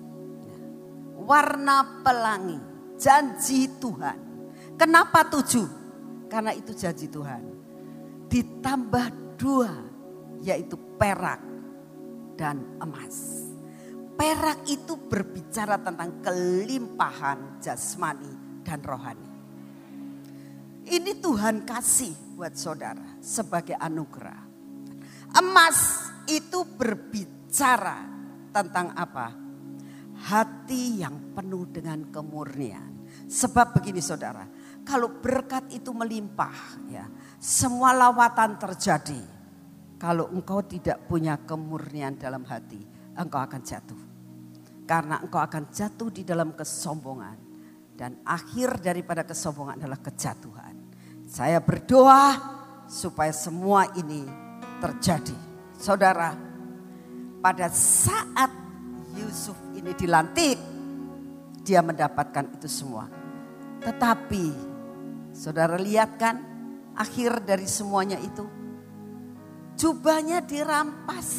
Warna pelangi, janji Tuhan. Kenapa tujuh? Karena itu janji Tuhan. Ditambah dua, yaitu perak dan emas. Perak itu berbicara tentang kelimpahan jasmani dan rohani. Ini Tuhan kasih buat saudara sebagai anugerah. Emas itu berbicara tentang apa? Hati yang penuh dengan kemurnian. Sebab begini saudara, kalau berkat itu melimpah, ya, semua lawatan terjadi. Kalau engkau tidak punya kemurnian dalam hati, engkau akan jatuh. Karena engkau akan jatuh di dalam kesombongan. Dan akhir daripada kesombongan adalah kejatuhan. Saya berdoa supaya semua ini terjadi. Saudara, pada saat Yusuf ini dilantik, dia mendapatkan itu semua. Tetapi saudara lihat kan akhir dari semuanya itu, jubahnya dirampas,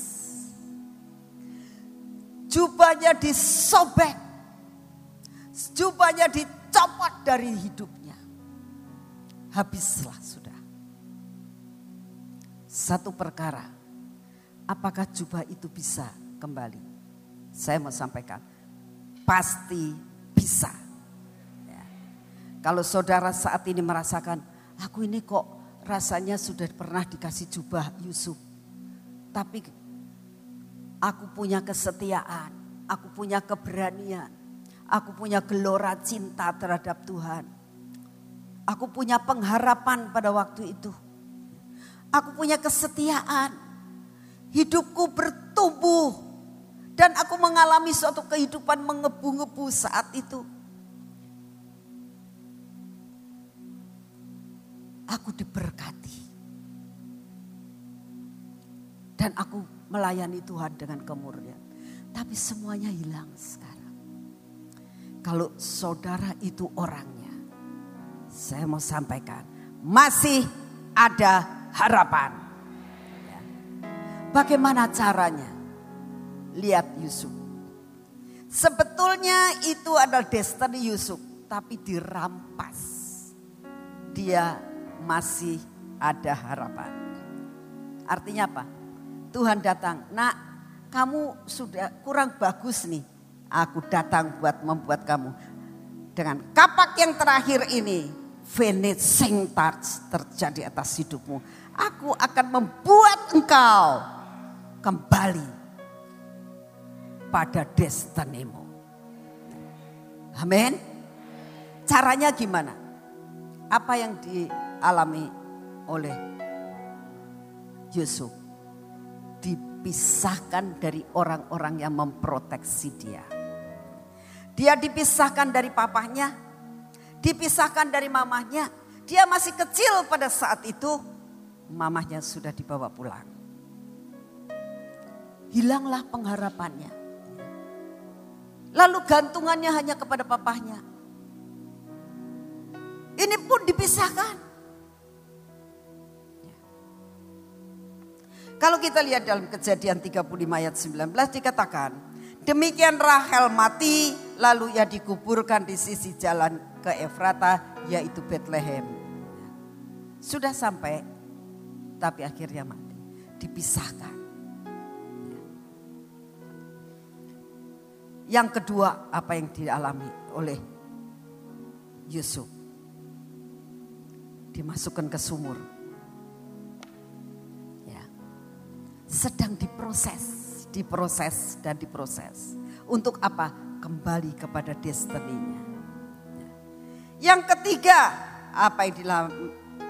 jubahnya disobek, jubahnya dicopot dari hidupnya. Habislah sudah. Satu perkara, apakah jubah itu bisa kembali? Saya mau sampaikan, pasti bisa. Ya. Kalau saudara saat ini merasakan, aku ini kok rasanya sudah pernah dikasih jubah Yusuf. Tapi aku punya kesetiaan, aku punya keberanian, aku punya gelora cinta terhadap Tuhan. Aku punya pengharapan pada waktu itu. Aku punya kesetiaan, hidupku bertumbuh. Dan aku mengalami suatu kehidupan mengebu-ngebu saat itu. Aku diberkati. Dan aku melayani Tuhan dengan kemurnian. Tapi semuanya hilang sekarang. Kalau saudara itu orangnya, saya mau sampaikan, masih ada harapan. Bagaimana caranya? Lihat Yusuf. Sebetulnya itu adalah destiny Yusuf, tapi dirampas. Dia masih ada harapan. Artinya apa? Tuhan datang, nak, kamu sudah kurang bagus nih. Aku datang buat membuat kamu. Dengan kapak yang terakhir ini, finishing touch terjadi atas hidupmu. Aku akan membuat engkau kembali pada destinimu. Amin. Caranya gimana? Apa yang dialami oleh Yusuf? Dipisahkan dari orang-orang yang memproteksi dia. Dia dipisahkan dari papahnya, dipisahkan dari mamahnya. Dia masih kecil pada saat itu, mamahnya sudah dibawa pulang. Hilanglah pengharapannya. Lalu gantungannya hanya kepada papahnya. Ini pun dipisahkan. Kalau kita lihat dalam Kejadian tiga puluh lima ayat sembilan belas dikatakan, demikian Rahel mati, lalu ia dikuburkan di sisi jalan ke Efrata, yaitu Bethlehem. Sudah sampai tapi akhirnya mati. Dipisahkan. Yang kedua, apa yang dialami oleh Yusuf? Dimasukkan ke sumur. Ya. Sedang diproses, diproses dan diproses. Untuk apa? Kembali kepada destininya. Ya. Yang ketiga, apa yang dialami?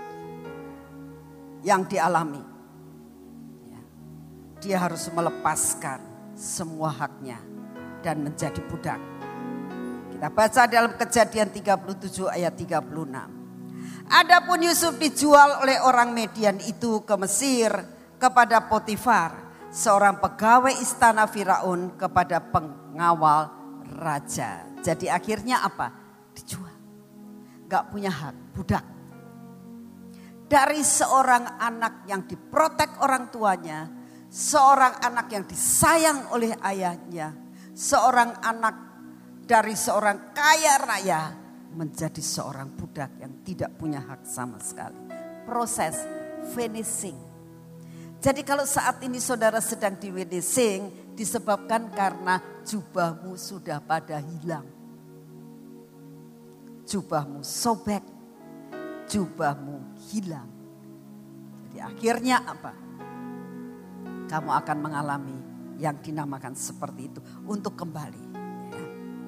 Yang dialami. Ya. Dia harus melepaskan semua haknya dan menjadi budak. Kita baca dalam Kejadian tiga puluh tujuh ayat tiga puluh enam. Adapun Yusuf dijual oleh orang Median itu ke Mesir kepada Potifar, seorang pegawai istana Firaun, kepada pengawal raja. Jadi akhirnya apa? Dijual. Gak punya hak, budak. Dari seorang anak yang diprotek orang tuanya, seorang anak yang disayang oleh ayahnya, seorang anak dari seorang kaya raya menjadi seorang budak yang tidak punya hak sama sekali. Proses finishing. Jadi kalau saat ini saudara sedang di finishing, disebabkan karena jubahmu sudah pada hilang. Jubahmu sobek, jubahmu hilang. Jadi akhirnya apa? Kamu akan mengalami yang dinamakan seperti itu untuk kembali. Ya.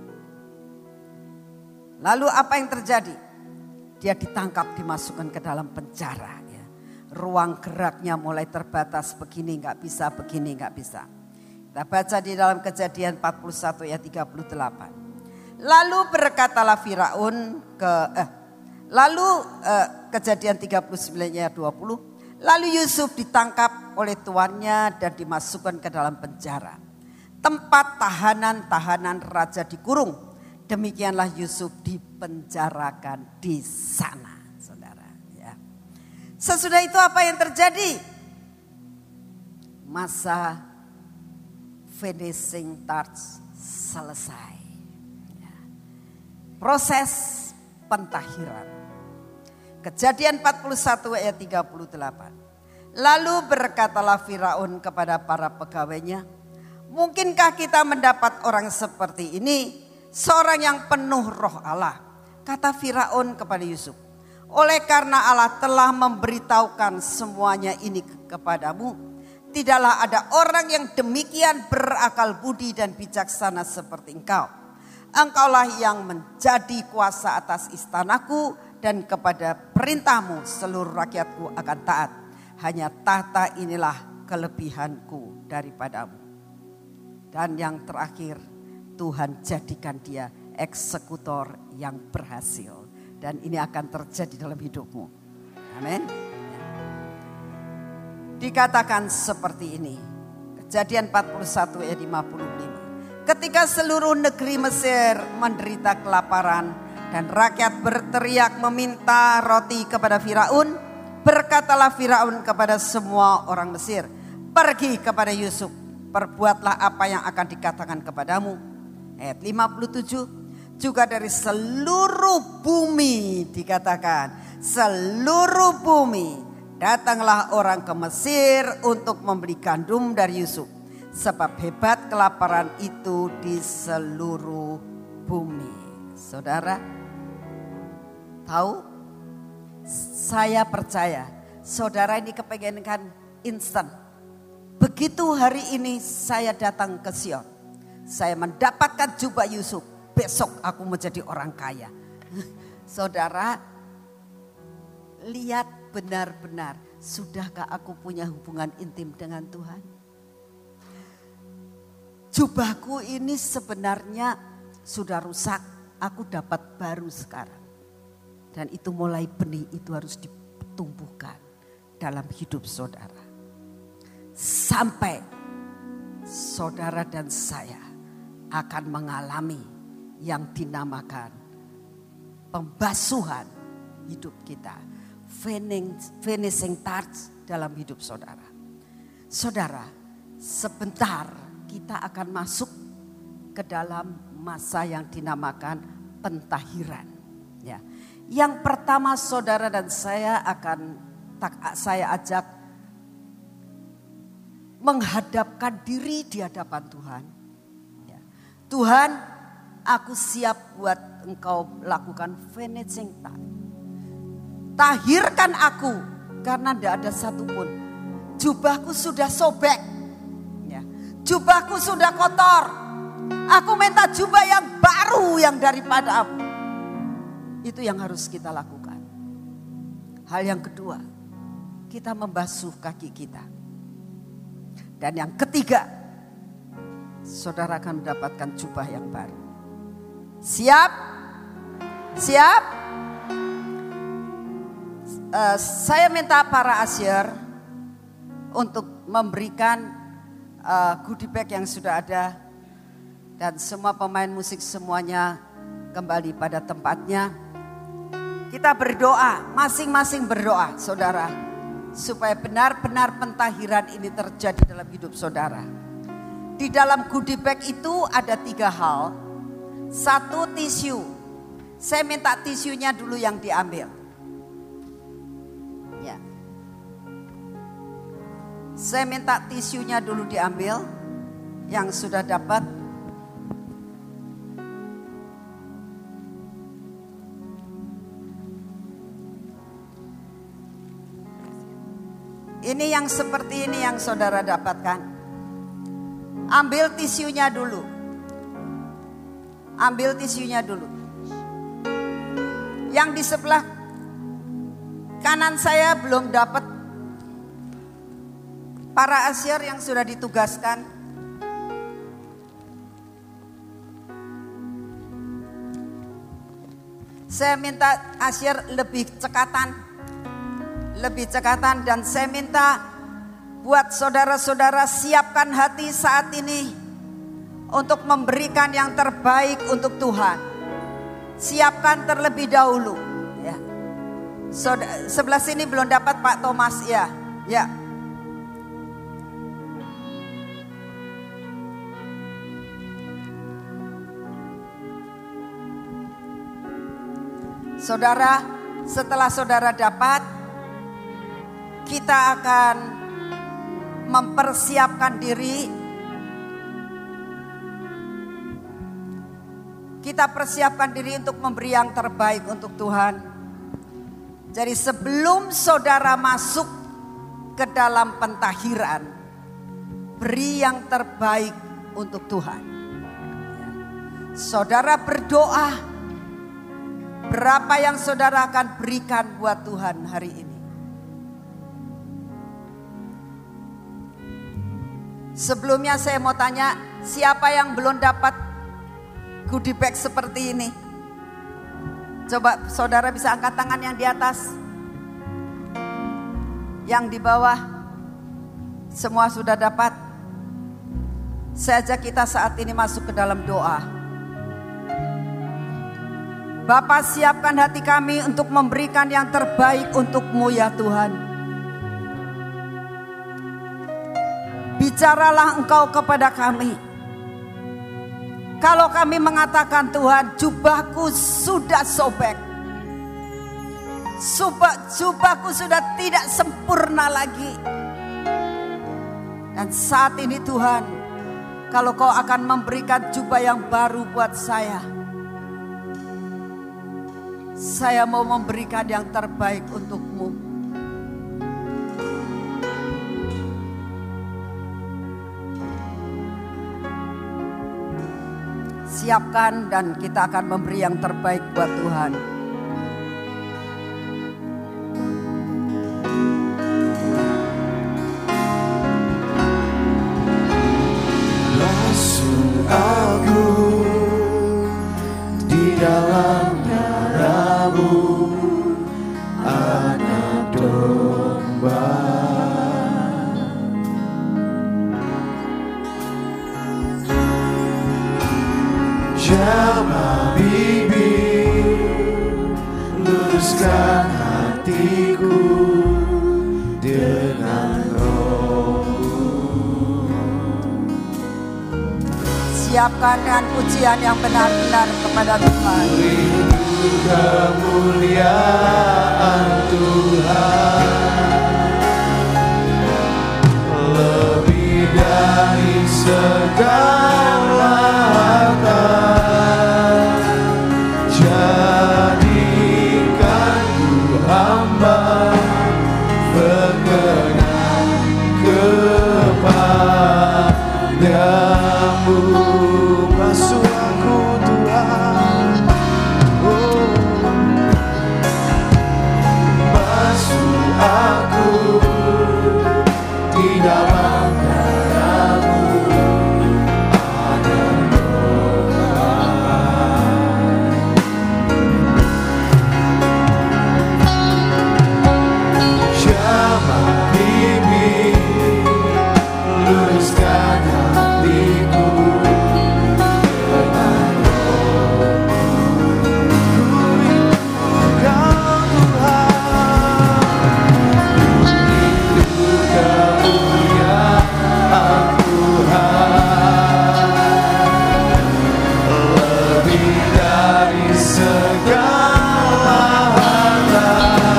Lalu apa yang terjadi? Dia ditangkap, dimasukkan ke dalam penjara. Ya. Ruang geraknya mulai terbatas, begini nggak bisa, begini nggak bisa. Kita baca di dalam Kejadian empat puluh satu ayat tiga puluh delapan. Lalu berkatalah Firaun ke eh, lalu eh, Kejadian tiga puluh sembilan ayat dua puluh. Lalu Yusuf ditangkap oleh tuannya dan dimasukkan ke dalam penjara. Tempat tahanan-tahanan raja dikurung. Demikianlah Yusuf dipenjarakan di sana, saudara. Ya. Sesudah itu apa yang terjadi? Masa finishing touch selesai. Ya. Proses pentahiran. Kejadian empat puluh satu ayat tiga puluh delapan. Lalu berkatalah Firaun kepada para pegawainya, mungkinkah kita mendapat orang seperti ini, seorang yang penuh roh Allah? Kata Firaun kepada Yusuf, oleh karena Allah telah memberitahukan semuanya ini kepadamu, tidaklah ada orang yang demikian berakal budi dan bijaksana seperti engkau. Engkaulah yang menjadi kuasa atas istanaku, dan kepada perintahmu seluruh rakyatku akan taat. Hanya tahta inilah kelebihanku daripadamu. Dan yang terakhir, Tuhan jadikan dia eksekutor yang berhasil. Dan ini akan terjadi dalam hidupmu. Amin. Dikatakan seperti ini. Kejadian empat puluh satu ayat lima puluh lima. Ketika seluruh negeri Mesir menderita kelaparan dan rakyat berteriak meminta roti kepada Firaun, berkatalah Firaun kepada semua orang Mesir, pergi kepada Yusuf, perbuatlah apa yang akan dikatakan kepadamu. Ayat lima puluh tujuh, juga dari seluruh bumi dikatakan, seluruh bumi datanglah orang ke Mesir untuk membeli gandum dari Yusuf, sebab hebat kelaparan itu di seluruh bumi. Saudara, tahu, saya percaya saudara ini kepengenkan instan. Begitu hari ini saya datang ke Sion, saya mendapatkan jubah Yusuf, besok aku menjadi orang kaya. Saudara, lihat benar-benar, sudahkah aku punya hubungan intim dengan Tuhan? Jubahku ini sebenarnya sudah rusak, aku dapat baru sekarang. Dan itu mulai benih itu harus ditumbuhkan dalam hidup saudara. Sampai saudara dan saya akan mengalami yang dinamakan pembasuhan hidup kita. Finishing touch dalam hidup saudara. Saudara, sebentar kita akan masuk ke dalam masa yang dinamakan pentahiran. Ya. Yang pertama saudara dan saya akan tak, saya ajak menghadapkan diri di hadapan Tuhan. Ya. Tuhan, aku siap buat Engkau lakukan venecengta. Tahirkan aku karena tidak ada satupun. Jubahku sudah sobek. Ya. Jubahku sudah kotor. Aku minta jubah yang baru yang daripadamu. Itu yang harus kita lakukan. Hal yang kedua, kita membasuh kaki kita. Dan yang ketiga, saudara akan mendapatkan jubah yang baru. Siap? Siap? Uh, saya minta para asyir untuk memberikan uh, goodie bag yang sudah ada. Dan semua pemain musik semuanya kembali pada tempatnya. Kita berdoa, masing-masing berdoa saudara. Supaya benar-benar pentahiran ini terjadi dalam hidup saudara. Di dalam goodie bag itu ada tiga hal. Satu, tisu. Saya minta tisunya dulu yang diambil. Ya. Saya minta tisunya dulu diambil. Yang sudah dapat. Ini yang seperti ini yang saudara dapatkan. Ambil tisunya dulu. Ambil tisunya dulu. Yang di sebelah kanan saya belum dapat. Para asyir yang sudah ditugaskan. Saya minta asyir lebih cekatan. Lebih cekatan dan saya minta buat saudara-saudara siapkan hati saat ini untuk memberikan yang terbaik untuk Tuhan. Siapkan terlebih dahulu. Ya. Saudara, sebelah sini belum dapat Pak Thomas ya. Ya. Saudara, setelah saudara dapat, kita akan mempersiapkan diri. Kita persiapkan diri untuk memberi yang terbaik untuk Tuhan. Jadi sebelum saudara masuk ke dalam pentahiran, beri yang terbaik untuk Tuhan. Saudara berdoa, berapa yang saudara akan berikan buat Tuhan hari ini? Sebelumnya saya mau tanya, siapa yang belum dapat goodie bag seperti ini? Coba saudara bisa angkat tangan yang di atas. Yang di bawah. Semua sudah dapat. Saya ajak kita saat ini masuk ke dalam doa. Bapa, siapkan hati kami untuk memberikan yang terbaik untuk-Mu ya Tuhan. Bicaralah Engkau kepada kami. Kalau kami mengatakan Tuhan, jubahku sudah sobek. Jubah, jubahku sudah tidak sempurna lagi. Dan saat ini Tuhan, kalau Kau akan memberikan jubah yang baru buat saya, saya mau memberikan yang terbaik untuk-Mu. Siapkan dan kita akan memberi yang terbaik buat Tuhan. Basuh aku di dalam darah-Mu, anak domba. Jamah bibir, luruskan hatiku dengan Roh-Mu. Siapkan dengan pujian yang benar-benar kepada Tuhan. Rindu kemuliaan Tuhan, lebih dari segala harta. Jadikan ku hamba berkenan kepadamu. Masuk aku Tuhan, oh. Masuk aku di dalam darah-Mu ada doa. Jamah bibir, luruskan hatiku dengan roh. Ku rindu Kau Tuhan, rindu kemuliaan Tuhan, lebih dari segala harta.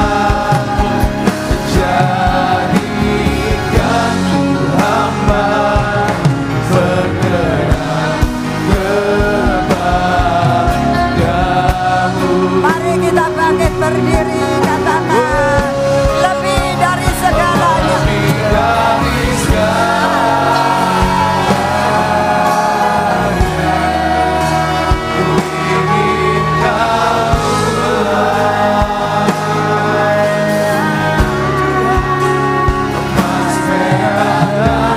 Jadikan ku hamba berkenan kepadamu. Mari kita bangkit berdiri, katakan lebih dari segalanya. Lebih dari segalanya, ku ingin Kau emas, perak, dan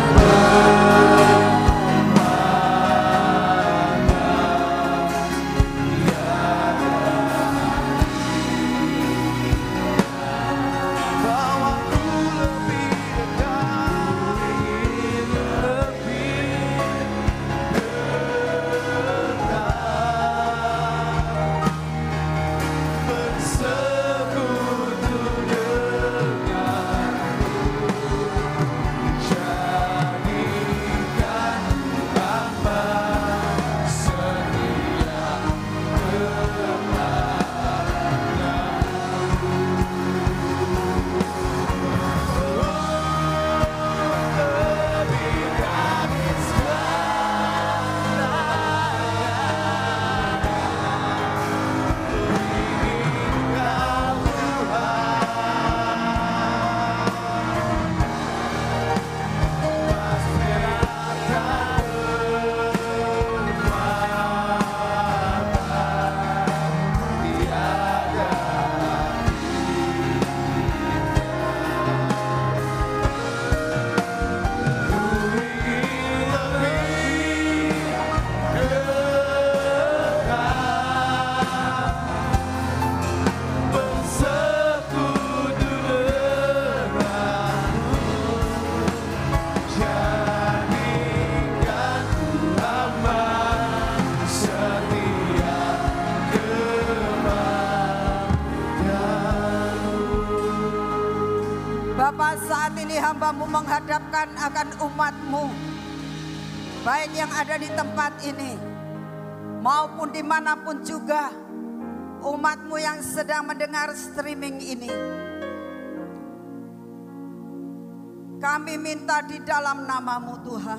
bawaku lebih dekat, ingin lebih dekat, bersekutu denganmu. Jadikan ku hamba setia lebih dari Bapa, saat ini hamba-Mu menghadapkan akan umat-Mu, baik yang ada di tempat ini maupun dimanapun juga umat-Mu yang sedang mendengar streaming ini. Kami minta di dalam nama-Mu Tuhan,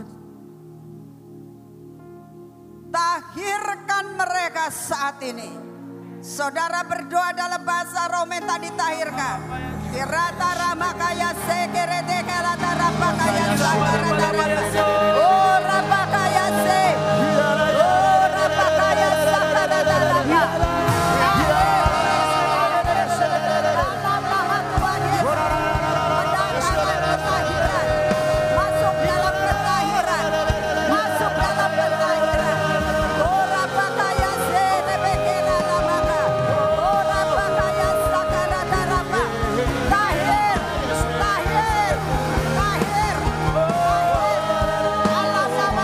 tahirkan mereka saat ini. Saudara berdoa dalam bahasa Roh, minta ditahirkan. Kirata ramakaya sekerete kalata rapakaya sakarata rapa. Oh rapakaya se. Oh rapakaya sakarata rapa. Masuk dalam pentahiran. Masuk dalam pentahiran. Oh rapakaya se rebekela ramaka. Oh rapakaya sakarata rapa. Tahir, tahir, tahir, tahir. Allah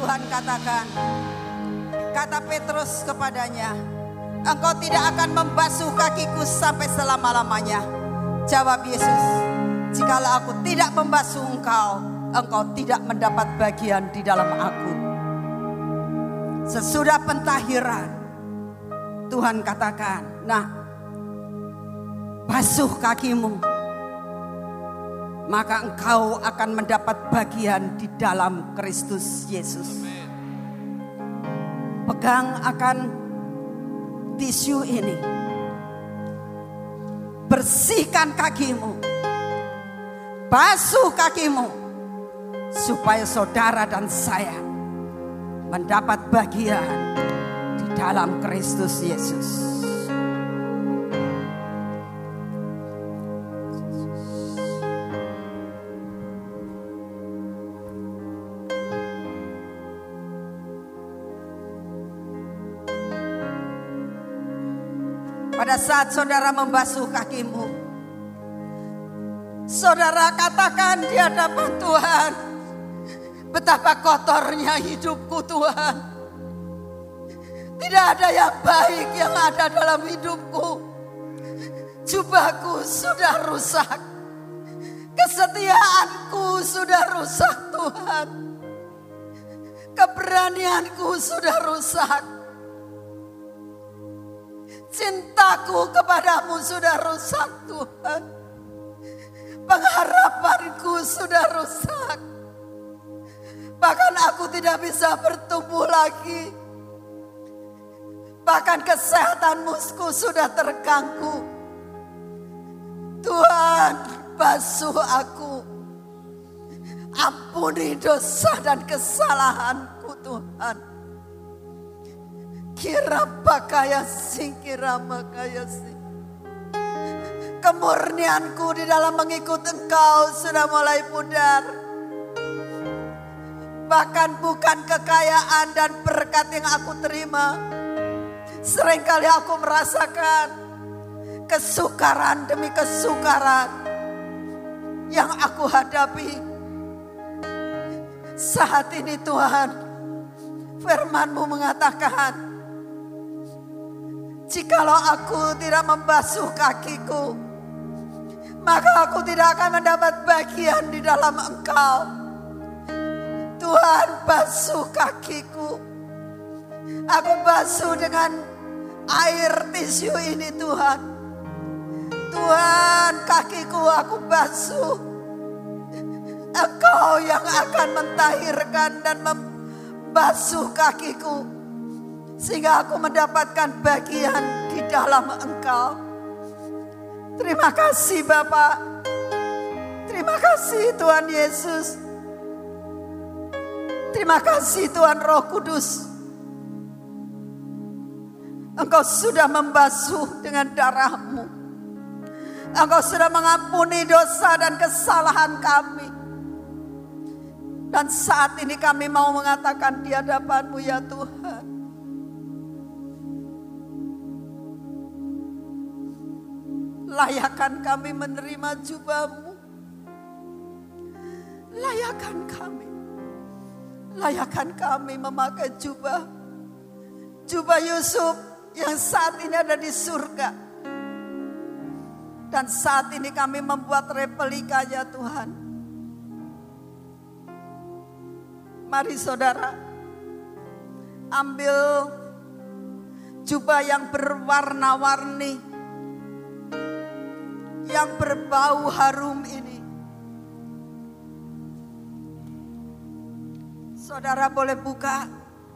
Tuhan katakan, kata Petrus kepadanya, engkau tidak akan membasuh kakiku sampai selama-lamanya. Jawab Yesus, jikalau aku tidak membasuh engkau, engkau tidak mendapat bagian di dalam aku. Sesudah pentahiran, Tuhan katakan, nah, basuh kakimu, maka engkau akan mendapat bagian di dalam Kristus Yesus. Pegang akan tisu ini, bersihkan kakimu, basuh kakimu, supaya saudara dan saya mendapat bagian di dalam Kristus Yesus. Pada saat saudara membasuh kakimu, saudara katakan di hadapan Tuhan, betapa kotornya hidupku Tuhan. Tidak ada yang baik yang ada dalam hidupku. Jubahku sudah rusak, kesetiaanku sudah rusak Tuhan, keberanianku sudah rusak, cintaku kepadamu sudah rusak Tuhan, pengharapanku sudah rusak. Bahkan aku tidak bisa bertumbuh lagi. Bahkan kesehatanmu sudah terganggu. Tuhan, basuh aku. Ampuni dosa dan kesalahanku Tuhan. Kira pakaya sing kira makaya sing. Kemurnianku di dalam mengikut Engkau sudah mulai pudar. Bahkan bukan kekayaan dan berkat yang aku terima. Seringkali aku merasakan kesukaran demi kesukaran yang aku hadapi. Saat ini Tuhan, firman-Mu mengatakan, jikalau aku tidak membasuh kakiku, maka aku tidak akan mendapat bagian di dalam Engkau. Tuhan, basuh kakiku. Aku basuh dengan air tisu ini Tuhan. Tuhan, kakiku aku basuh. Engkau yang akan mentahirkan dan membasuh kakiku, sehingga aku mendapatkan bagian di dalam Engkau. Terima kasih Bapa. Terima kasih Tuhan Yesus. Terima kasih Tuhan Roh Kudus. Engkau sudah membasuh dengan darah-Mu. Engkau sudah mengampuni dosa dan kesalahan kami. Dan saat ini kami mau mengatakan di hadapan-Mu ya Tuhan. Layakkan kami menerima jubah-Mu. Layakkan kami. Layakkan kami memakai jubah. Jubah Yusuf yang saat ini ada di surga. Dan saat ini kami membuat replikanya Tuhan. Mari saudara, ambil jubah yang berwarna-warni, yang berbau harum ini. Saudara boleh buka.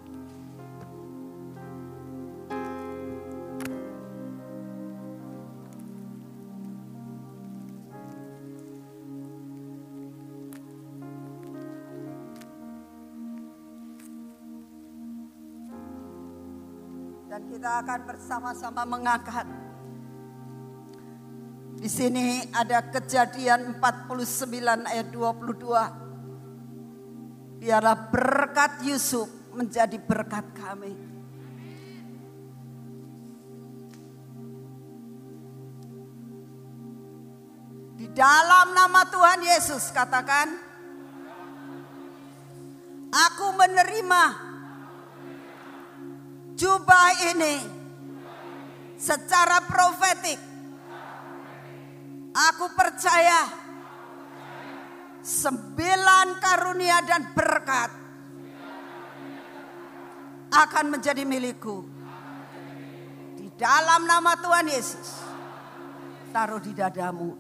Dan kita akan bersama-sama mengangkat. Di sini ada Kejadian empat puluh sembilan ayat dua puluh dua. Biarlah berkat Yusuf menjadi berkat kami. Di dalam nama Tuhan Yesus katakan, Aku menerima jubah ini secara profetik. Aku percaya sembilan karunia dan berkat akan menjadi milikku. Di dalam nama Tuhan Yesus, taruh di dadamu.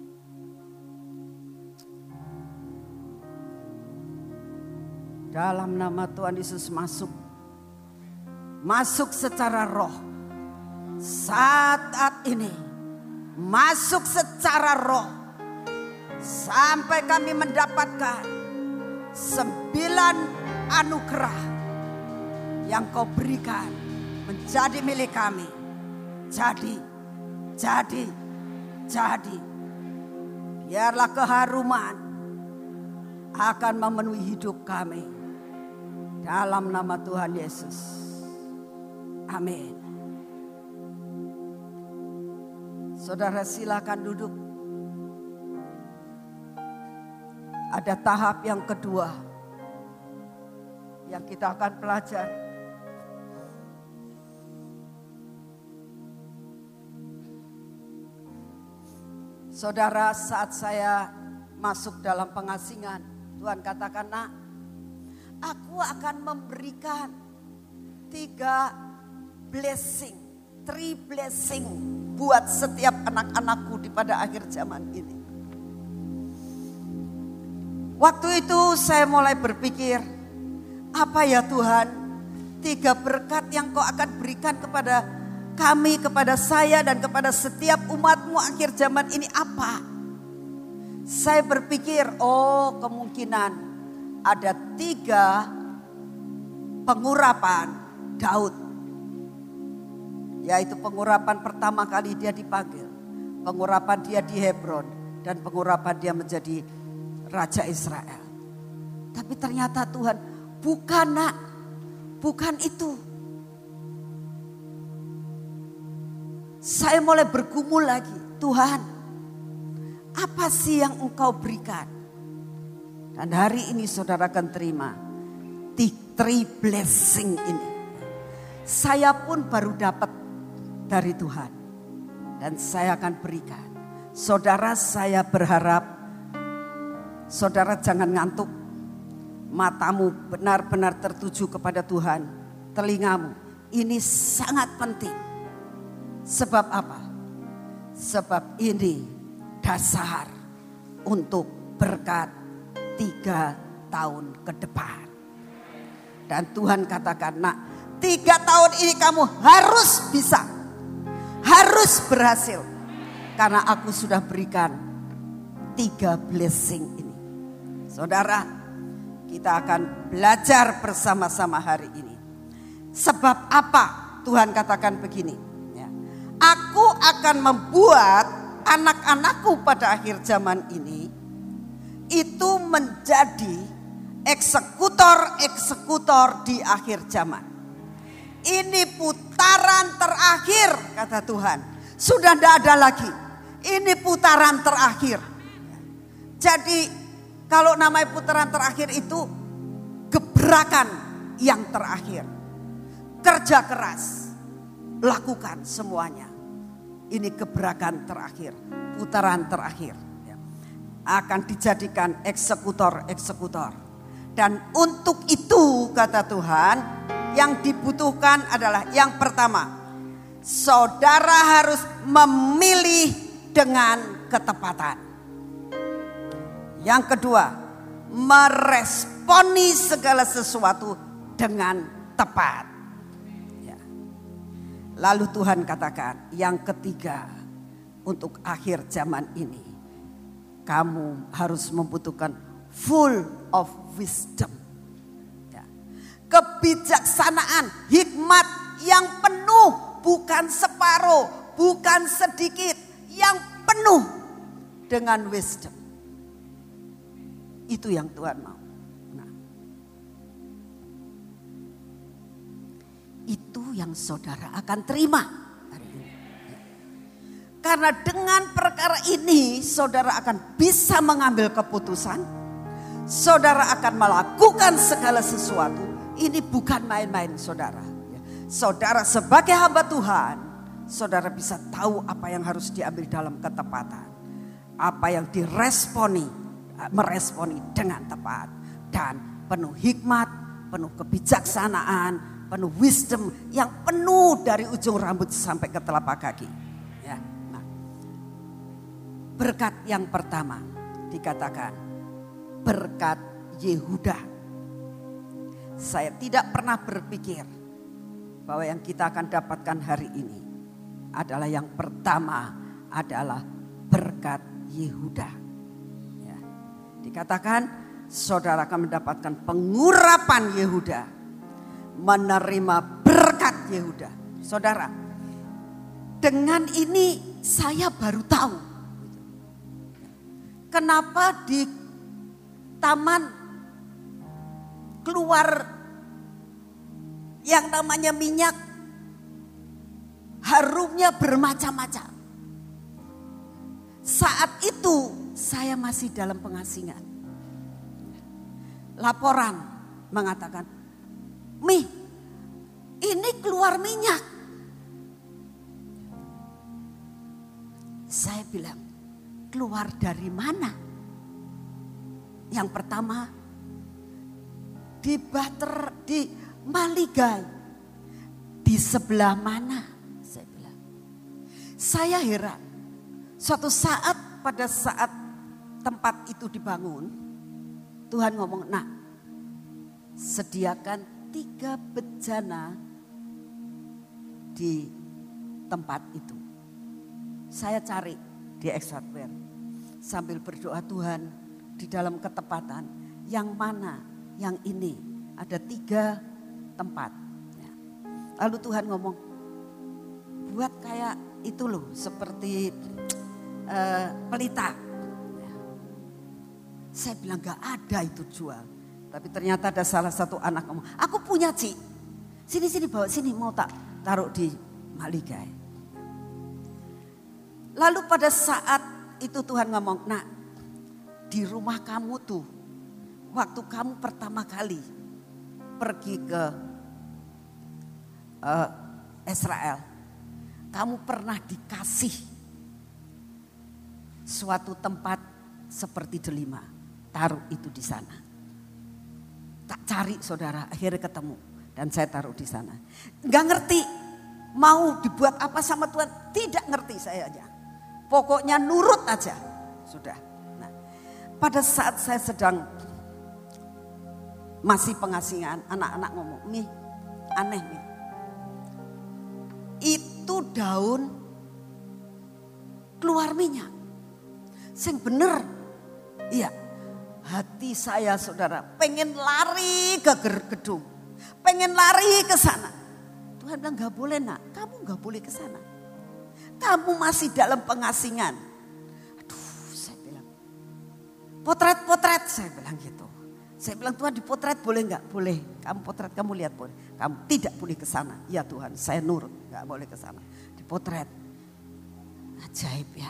Dalam nama Tuhan Yesus masuk. Masuk secara roh. Saat ini. Masuk secara roh. Sampai kami mendapatkan sembilan anugerah yang kau berikan menjadi milik kami. Jadi, jadi, jadi. Biarlah keharuman akan memenuhi hidup kami. Dalam nama Tuhan Yesus. Amin. Saudara silakan duduk. Ada tahap yang kedua yang kita akan pelajari. Saudara, saat saya masuk dalam pengasingan, Tuhan katakan, nak, aku akan memberikan tiga blessing, three blessing buat setiap anak-anakku di pada akhir zaman ini. Waktu itu saya mulai berpikir, apa ya Tuhan, tiga berkat yang kau akan berikan kepada kami, kepada saya dan kepada setiap umatmu akhir zaman ini apa? Saya berpikir, oh kemungkinan ada tiga pengurapan Daud. Yaitu pengurapan pertama kali dia dipanggil. Pengurapan dia di Hebron. Dan pengurapan dia menjadi Raja Israel. Tapi ternyata Tuhan, bukan nak. Bukan itu. Saya mulai bergumul lagi. Tuhan, apa sih yang engkau berikan? Dan hari ini saudara akan terima three blessing ini. Saya pun baru dapat dari Tuhan. Dan saya akan berikan. Saudara, saya berharap saudara jangan ngantuk. Matamu benar-benar tertuju kepada Tuhan. Telingamu. Ini sangat penting. Sebab apa? Sebab ini dasar untuk berkat tiga tahun ke depan. Dan Tuhan katakan, nak, tiga tahun ini kamu harus bisa. Harus berhasil. Karena aku sudah berikan tiga blessing ini. Saudara, kita akan belajar bersama-sama hari ini. Sebab apa Tuhan katakan begini. Ya. Aku akan membuat anak-anakku pada akhir zaman ini itu menjadi eksekutor-eksekutor di akhir zaman. Ini putaran terakhir kata Tuhan. Sudah tidak ada lagi. Ini putaran terakhir. Jadi kalau namanya putaran terakhir itu gebrakan yang terakhir. Kerja keras. Lakukan semuanya. Ini gebrakan terakhir. Putaran terakhir. Akan dijadikan eksekutor-eksekutor. Dan untuk itu kata Tuhan, yang dibutuhkan adalah yang pertama, saudara harus memilih dengan ketepatan. Yang kedua, meresponi segala sesuatu dengan tepat. Ya. Lalu Tuhan katakan, yang ketiga, untuk akhir zaman ini, kamu harus membutuhkan full of wisdom. Kebijaksanaan, hikmat yang penuh, bukan separuh, bukan sedikit, yang penuh dengan wisdom. Itu yang Tuhan mau. Nah, itu yang saudara akan terima hari ini. Karena dengan perkara ini saudara akan bisa mengambil keputusan, saudara akan melakukan segala sesuatu. Ini bukan main-main saudara. Saudara sebagai hamba Tuhan, saudara bisa tahu apa yang harus diambil dalam ketepatan. Apa yang diresponi, meresponi dengan tepat. Dan penuh hikmat, penuh kebijaksanaan, penuh wisdom yang penuh dari ujung rambut sampai ke telapak kaki. Ya, nah. Berkat yang pertama dikatakan berkat Yehuda. Saya tidak pernah berpikir bahwa yang kita akan dapatkan hari ini adalah yang pertama adalah berkat Yehuda. Ya. Dikatakan saudara akan mendapatkan pengurapan Yehuda, menerima berkat Yehuda. Saudara, dengan ini saya baru tahu kenapa di taman keluar yang namanya minyak harumnya bermacam-macam. Saat itu saya masih dalam pengasingan. Laporan mengatakan, "Mi, ini keluar minyak." Saya bilang, "Keluar dari mana?" Yang pertama, di Bater, di Maligai. Di sebelah mana? Saya bilang. Saya heran. Suatu saat pada saat tempat itu dibangun, Tuhan ngomong, "Nah, sediakan tiga bejana di tempat itu." Saya cari di Exatware sambil berdoa, "Tuhan, di dalam ketepatan yang mana? Yang ini ada tiga tempat." Ya. Lalu Tuhan ngomong, "Buat kayak itu loh, seperti uh, pelita." Ya. Saya bilang gak ada itu jual. Tapi ternyata ada salah satu anak ngomong, "Aku punya, Ci. Sini sini bawa sini, mau tak taruh di Maligai." Lalu pada saat itu Tuhan ngomong, "Nah, di rumah kamu tuh, waktu kamu pertama kali pergi ke uh, Israel, kamu pernah dikasih suatu tempat seperti delima, taruh itu di sana." Tak cari saudara, akhirnya ketemu dan saya taruh di sana. Gak ngerti mau dibuat apa sama Tuhan, tidak ngerti saya aja. Pokoknya nurut aja, sudah. Nah, pada saat saya sedang masih pengasingan, anak-anak ngomong, "Mi, aneh nih. Itu daun keluar minyak." Sing bener, iya. Hati saya saudara pengen lari ke gedung, pengen lari ke sana. Tuhan bilang, "Gak boleh nak, kamu gak boleh ke sana. Kamu masih dalam pengasingan." Aduh, saya bilang, potret-potret, saya bilang gitu. Saya bilang, "Tuhan, dipotret boleh nggak?" "Boleh, kamu potret, kamu lihat boleh. Kamu tidak boleh ke sana." "Ya Tuhan, saya nurut, nggak boleh ke sana." Dipotret. Ajaib ya.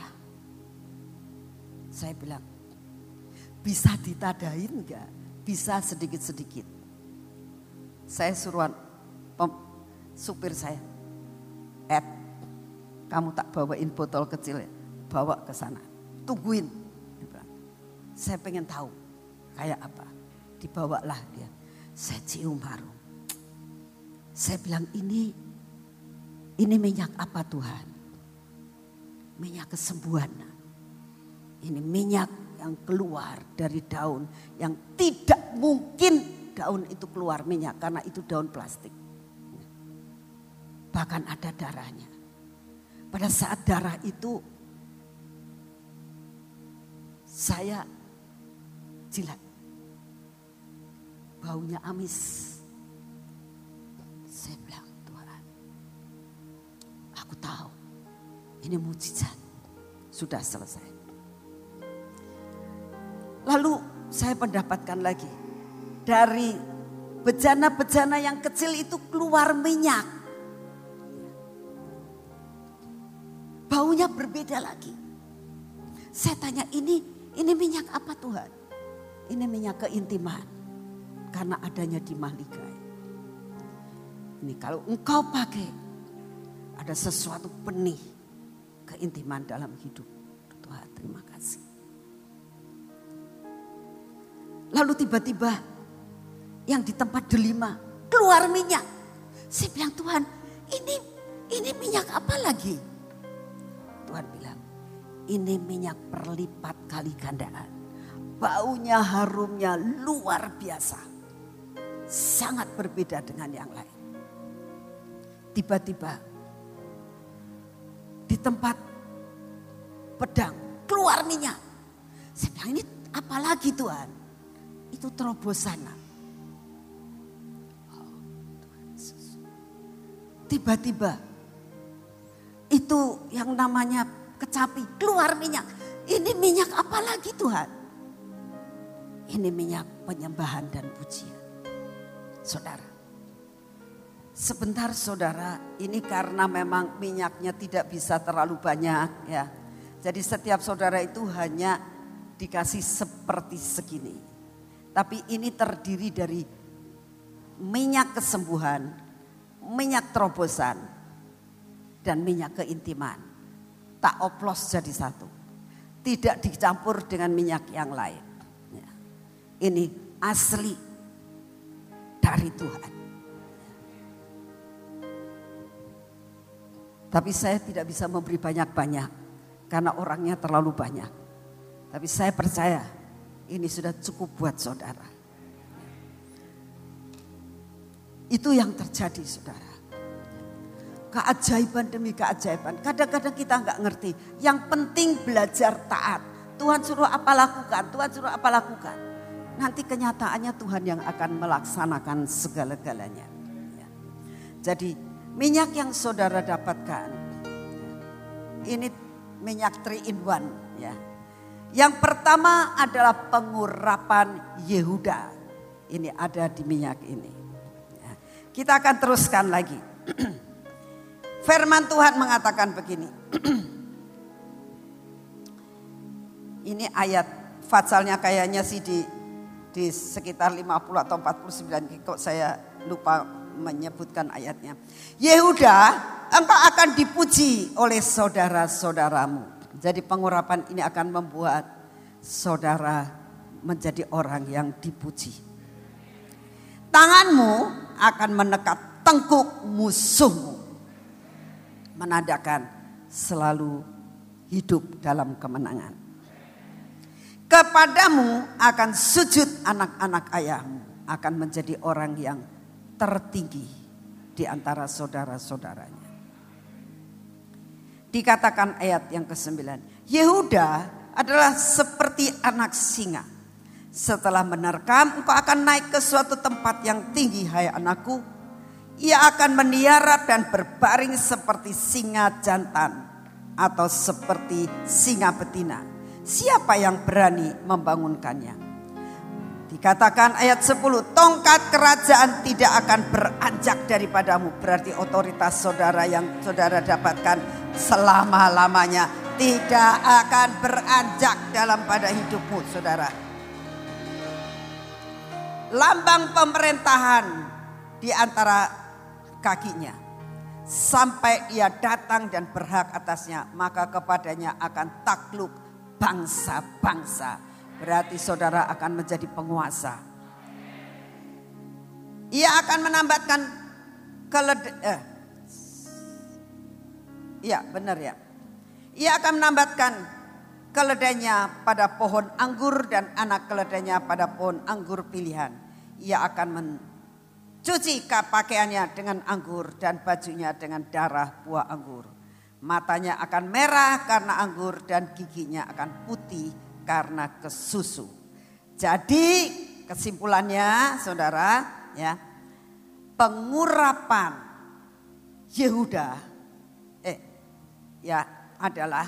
Saya bilang, "Bisa ditadain nggak?" "Bisa sedikit-sedikit." Saya suruhan pem- supir saya, "Ed, kamu tak bawain botol kecil ya, bawa ke sana, tungguin." Saya pengen tahu kayak apa. Dibawalah dia. Saya cium harum. Saya bilang, ini ini minyak apa Tuhan? Minyak kesembuhan. Ini minyak yang keluar dari daun yang tidak mungkin daun itu keluar minyak karena itu daun plastik. Bahkan ada darahnya. Pada saat darah itu saya jilat. Baunya amis. Saya bilang, "Tuhan, aku tahu ini mujizat." Sudah selesai. Lalu saya mendapatkan lagi. Dari bejana-bejana yang kecil itu keluar minyak. Baunya berbeda lagi. Saya tanya, ini ini minyak apa Tuhan? Ini minyak keintiman karena adanya di Mahligai. Ini kalau engkau pakai, ada sesuatu benih keintiman dalam hidup. Tuhan, terima kasih. Lalu tiba-tiba yang di tempat delima keluar minyak. Saya bilang, Tuhan, ini ini minyak apa lagi? Tuhan bilang, ini minyak berlipat kali gandaan. Baunya, harumnya luar biasa. Sangat berbeda dengan yang lain. Tiba-tiba di tempat pedang keluar minyak. Saya bilang, ini apa lagi Tuhan? Itu terobosan. Oh, tiba-tiba itu yang namanya kecapi keluar minyak. Ini minyak apa lagi Tuhan? Ini minyak penyembahan dan pujian. Saudara, sebentar saudara, ini karena memang minyaknya tidak bisa terlalu banyak ya. Jadi setiap saudara itu hanya dikasih seperti segini. Tapi ini terdiri dari minyak kesembuhan, minyak terobosan, dan minyak keintiman. Tak oplos jadi satu. Tidak dicampur dengan minyak yang lain. Ya. Ini asli dari Tuhan. Tapi saya tidak bisa memberi banyak-banyak karena orangnya terlalu banyak. Tapi saya percaya ini sudah cukup buat saudara. Itu yang terjadi saudara. Keajaiban demi keajaiban. Kadang-kadang kita nggak ngerti. Yang penting belajar taat. Tuhan suruh apa lakukan, Tuhan suruh apa lakukan. Nanti kenyataannya Tuhan yang akan melaksanakan segala-galanya. Ya. Jadi minyak yang saudara dapatkan, ini minyak three in one. Ya. Yang pertama adalah pengurapan Yehuda. Ini ada di minyak ini. Ya. Kita akan teruskan lagi. Firman Tuhan mengatakan begini. Ini ayat fatsalnya kayaknya sih di di sekitar lima puluh atau empat puluh sembilan, kok saya lupa menyebutkan ayatnya. Yehuda, engkau akan dipuji oleh saudara-saudaramu. Jadi pengurapan ini akan membuat saudara menjadi orang yang dipuji. Tanganmu akan menekat tengkuk musuhmu. Menandakan selalu hidup dalam kemenangan. Kepadamu akan sujud anak-anak ayahmu. Akan menjadi orang yang tertinggi di antara saudara-saudaranya. Dikatakan ayat yang kesembilan. Yehuda adalah seperti anak singa. Setelah menerkam, engkau akan naik ke suatu tempat yang tinggi, hai anakku. Ia akan meniara dan berbaring seperti singa jantan atau seperti singa betina. Siapa yang berani membangunkannya? Dikatakan ayat sepuluh, tongkat kerajaan tidak akan beranjak daripadamu. Berarti otoritas saudara yang saudara dapatkan selama-lamanya tidak akan beranjak dalam pada hidupmu saudara. Lambang pemerintahan di antara kakinya. Sampai ia datang dan berhak atasnya, maka kepadanya akan takluk bangsa-bangsa. Berarti saudara akan menjadi penguasa. Ia akan menambatkan keledai. Eh, iya benar ya. Ia akan menambatkan keledainya pada pohon anggur dan anak keledainya pada pohon anggur pilihan. Ia akan mencuci pakaiannya dengan anggur dan bajunya dengan darah buah anggur. Matanya akan merah karena anggur dan giginya akan putih karena kesusu. Jadi kesimpulannya saudara ya, pengurapan Yehuda eh ya adalah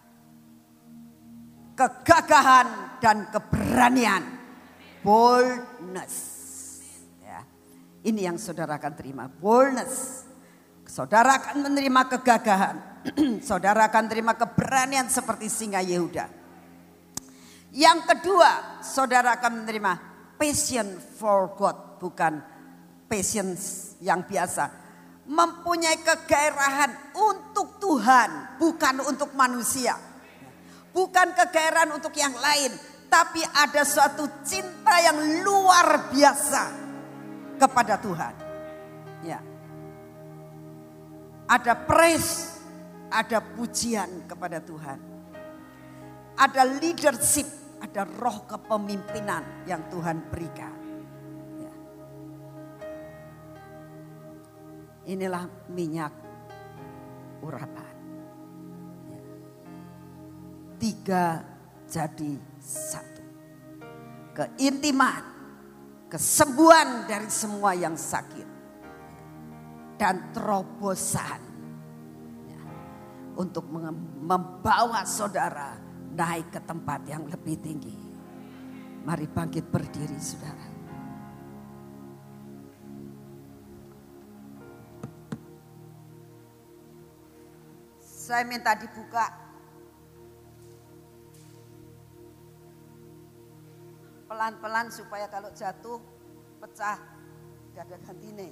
kegagahan dan keberanian, boldness. Ya, ini yang saudara akan terima, boldness. Saudara akan menerima kegagahan, saudara akan terima keberanian seperti singa Yehuda. Yang kedua, saudara akan menerima passion for God, bukan passion yang biasa. Mempunyai kegairahan untuk Tuhan, bukan untuk manusia. Bukan kegairahan untuk yang lain, tapi ada suatu cinta yang luar biasa kepada Tuhan. Ya. Ada praise, ada pujian kepada Tuhan. Ada leadership, ada roh kepemimpinan yang Tuhan berikan. Ya. Inilah minyak urapan. Ya. Tiga jadi satu. Keintiman, kesembuhan dari semua yang sakit, dan terobosan ya, untuk membawa saudara naik ke tempat yang lebih tinggi. Mari bangkit berdiri saudara. Saya minta dibuka pelan-pelan supaya kalau jatuh pecah gak ada gantinya.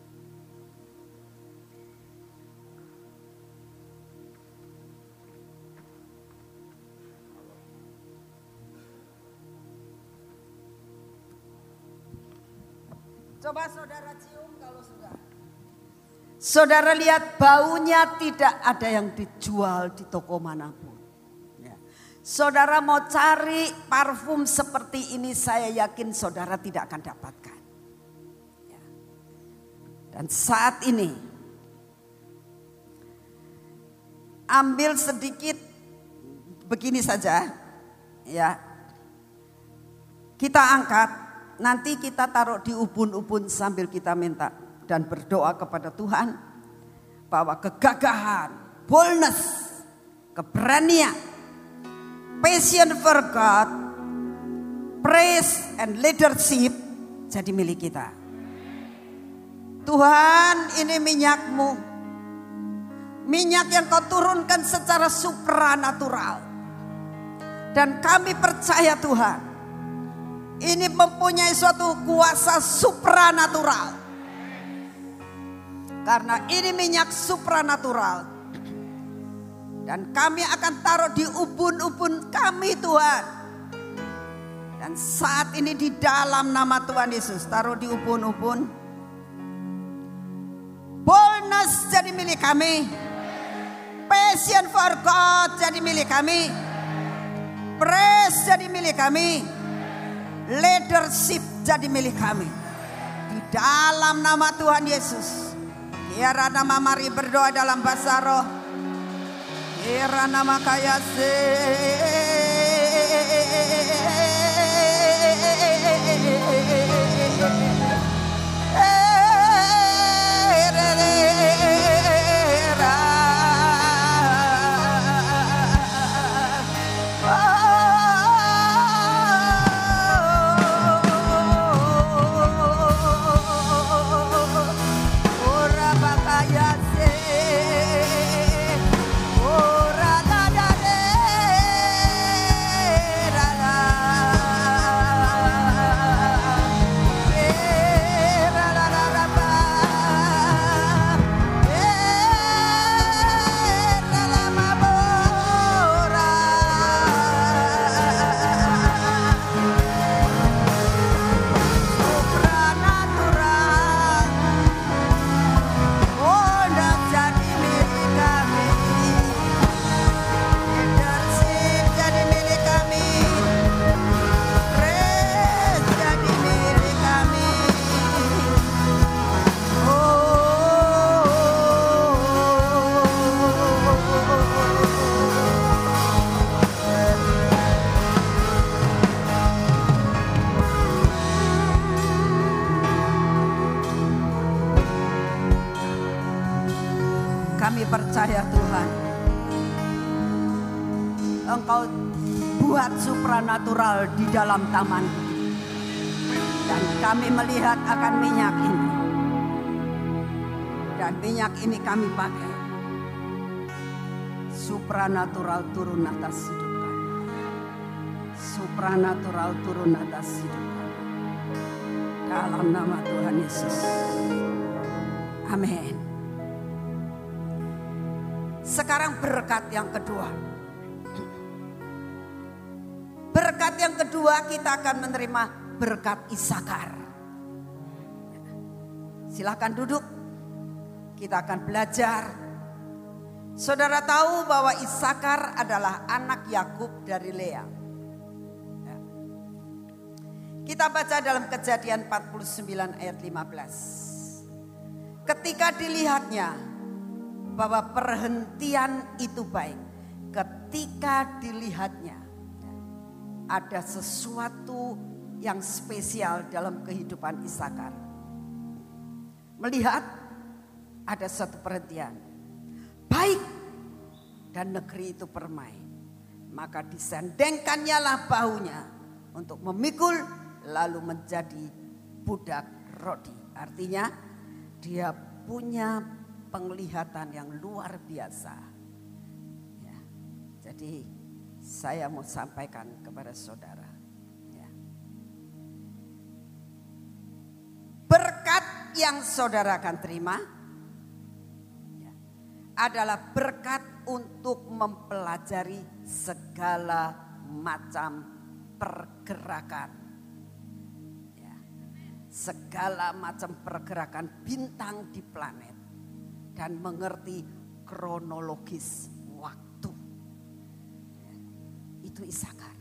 Coba saudara cium kalau sudah. Saudara lihat baunya tidak ada yang dijual di toko manapun. Ya. Saudara mau cari parfum seperti ini, saya yakin saudara tidak akan dapatkan. Ya. Dan saat ini ambil sedikit begini saja, ya. Kita angkat. Nanti kita taruh di ubun-ubun sambil kita minta dan berdoa kepada Tuhan bahwa kegagahan, boldness, keberanian, passion for God, praise and leadership jadi milik kita. Tuhan, ini minyakmu, minyak yang kau turunkan secara supranatural, dan kami percaya Tuhan, ini mempunyai suatu kuasa supranatural. Karena ini minyak supranatural. Dan kami akan taruh di ubun-ubun kami Tuhan. Dan saat ini di dalam nama Tuhan Yesus, taruh di ubun-ubun. Boldness jadi milik kami. Passion for God jadi milik kami. Praise jadi milik kami. Leadership jadi milik kami. Di dalam nama Tuhan Yesus. Kira nama, mari berdoa dalam bahasa roh. Kira nama kaya se. Percaya Tuhan, Engkau buat supranatural di dalam taman, dan kami melihat akan minyak ini, dan minyak ini kami pakai supranatural turun atas hidup kami. supranatural turun atas hidup kami. Dalam nama Tuhan Yesus. Amin. Sekarang berkat yang kedua. Berkat yang kedua kita akan menerima berkat Isakar. Silakan duduk. Kita akan belajar. Saudara tahu bahwa Isakar adalah anak Yakub dari Lea. Kita baca dalam Kejadian empat puluh sembilan ayat lima belas. Ketika dilihatnya bahwa perhentian itu baik. Ketika dilihatnya ada sesuatu yang spesial dalam kehidupan Isakar. Melihat ada satu perhentian. Baik dan negeri itu permai. Maka disendengkannya lah bahunya untuk memikul lalu menjadi budak rodi. Artinya dia punya penglihatan yang luar biasa. Ya, jadi saya mau sampaikan kepada saudara. Ya. Berkat yang saudara akan terima ya, adalah berkat untuk mempelajari segala macam pergerakan. Ya. Segala macam pergerakan bintang di planet. Dan mengerti kronologis waktu. Ya. Itu Isakar.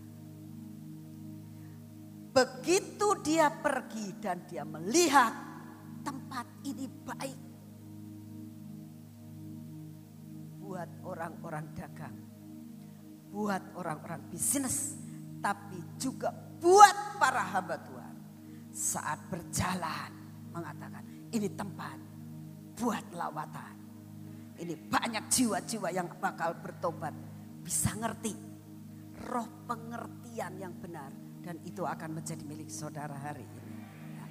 Begitu dia pergi dan dia melihat tempat ini baik. Buat orang-orang dagang. Buat orang-orang bisnis. Tapi juga buat para hamba Tuhan. Saat berjalan mengatakan ini tempat buat lawatan. Ini banyak jiwa-jiwa yang bakal bertobat. Bisa ngerti. Roh pengertian yang benar. Dan itu akan menjadi milik saudara hari ini. Ya.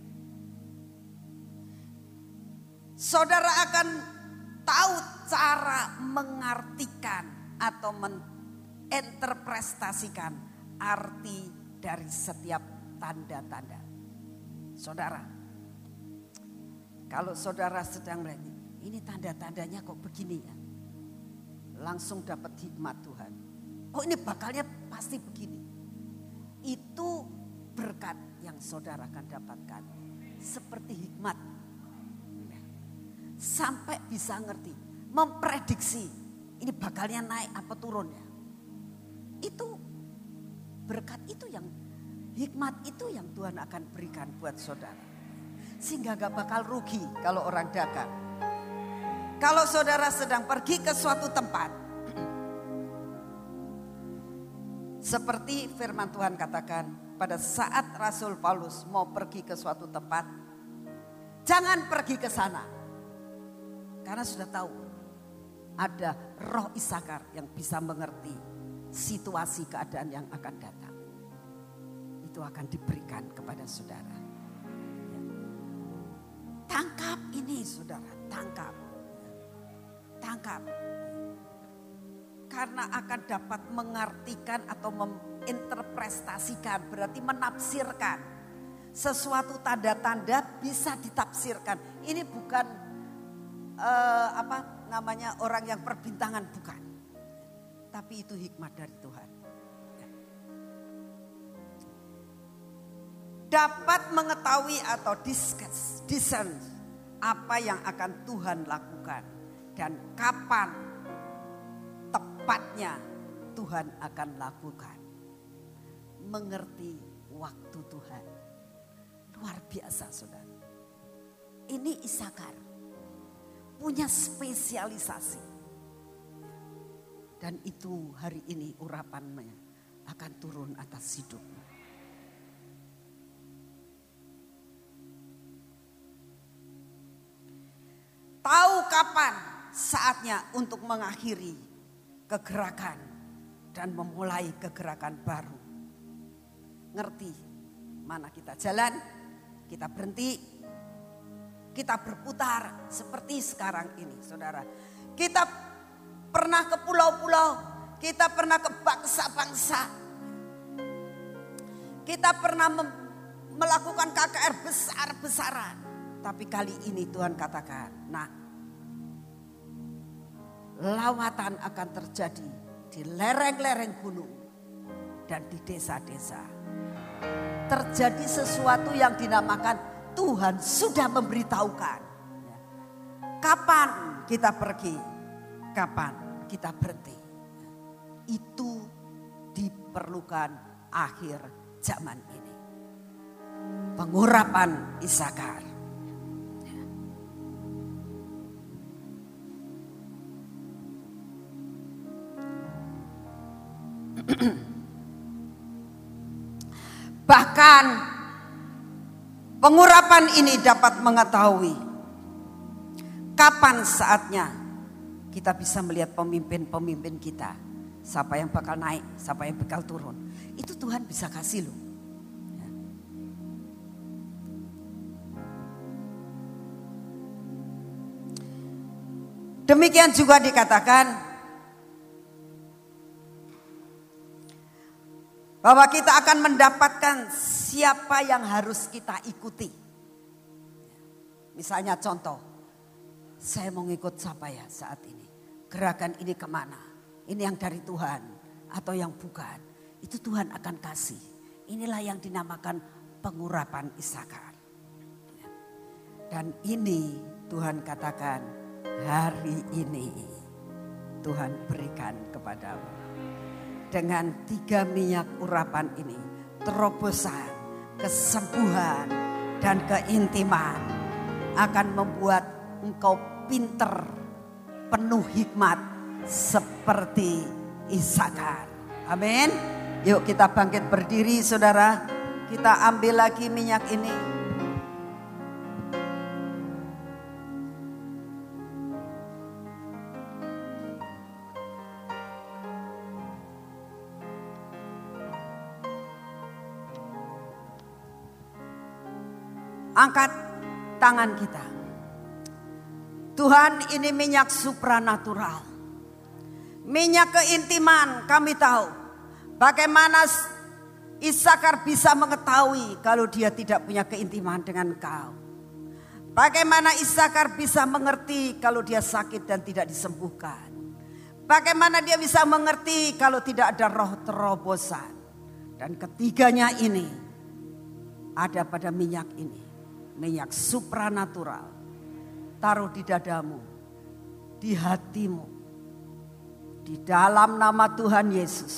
Saudara akan tahu cara mengartikan atau menginterpretasikan arti dari setiap tanda-tanda. Saudara, kalau saudara sedang melihat ini tanda-tandanya kok begini ya. Langsung dapat hikmat Tuhan. Oh ini bakalnya pasti begini. Itu berkat yang saudara akan dapatkan. Seperti hikmat. Sampai bisa ngerti. Memprediksi. Ini bakalnya naik apa turun ya. Itu berkat itu yang. Hikmat itu yang Tuhan akan berikan buat saudara. Sehingga gak bakal rugi kalau orang dagang. Kalau saudara sedang pergi ke suatu tempat. Seperti firman Tuhan katakan pada saat Rasul Paulus mau pergi ke suatu tempat. Jangan pergi ke sana. Karena sudah tahu ada roh Isakar yang bisa mengerti situasi keadaan yang akan datang. Itu akan diberikan kepada saudara. Ya. Tangkap ini saudara, tangkap. Tangkap. Karena akan dapat mengartikan atau menginterpretasikan, berarti menafsirkan. Sesuatu tanda-tanda bisa ditafsirkan. Ini bukan uh, apa namanya orang yang perbintangan, bukan. Tapi itu hikmat dari Tuhan. Dapat mengetahui atau discern apa yang akan Tuhan lakukan dan kapan tepatnya Tuhan akan lakukan. Mengerti waktu Tuhan. Luar biasa saudara. Ini Isakar punya spesialisasi. Dan itu hari ini urapannya akan turun atas hidupmu. Tahu kapan saatnya untuk mengakhiri kegerakan dan memulai kegerakan baru. Ngerti mana kita jalan, kita berhenti, kita berputar seperti sekarang ini saudara. Kita pernah ke pulau-pulau, kita pernah ke bangsa-bangsa. Kita pernah mem- melakukan K K R besar-besaran. Tapi kali ini Tuhan katakan, nah, lawatan akan terjadi di lereng-lereng gunung dan di desa-desa. Terjadi sesuatu yang dinamakan Tuhan sudah memberitahukan. Kapan kita pergi? Kapan kita berhenti? Itu diperlukan akhir zaman ini. Pengurapan Isakar. Bahkan pengurapan ini dapat mengetahui kapan saatnya kita bisa melihat pemimpin-pemimpin kita. Siapa yang bakal naik, siapa yang bakal turun. Itu Tuhan bisa kasih loh. Demikian juga dikatakan bahwa kita akan mendapatkan siapa yang harus kita ikuti. Misalnya contoh, saya mau ngikut siapa ya saat ini? Gerakan ini kemana? Ini yang dari Tuhan atau yang bukan? Itu Tuhan akan kasih. Inilah yang dinamakan pengurapan Isakar. Dan ini Tuhan katakan, hari ini Tuhan berikan kepadamu. Dengan tiga minyak urapan ini, terobosan, kesembuhan, dan keintiman akan membuat engkau pinter, penuh hikmat seperti Isakar. Amin. Yuk kita bangkit berdiri saudara. Kita ambil lagi minyak ini. Angkat tangan kita. Tuhan, ini minyak supranatural. Minyak keintiman. Kami tahu bagaimana Isakar bisa mengetahui kalau dia tidak punya keintiman dengan Kau. Bagaimana Isakar bisa mengerti kalau dia sakit dan tidak disembuhkan. Bagaimana dia bisa mengerti kalau tidak ada roh terobosan. Dan ketiganya ini ada pada minyak ini. Minyak supranatural. Taruh di dadamu, di hatimu, di dalam nama Tuhan Yesus.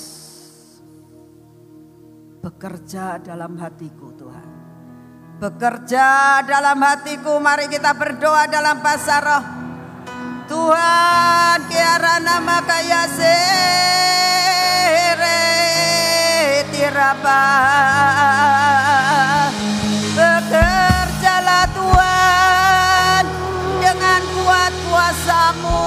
Bekerja dalam hatiku Tuhan. Bekerja dalam hatiku. Mari kita berdoa dalam bahasa roh. Tuhan kiara nama kaya sere tiraba. Bekerjalah Tuhan dengan kuat kuasa-Mu.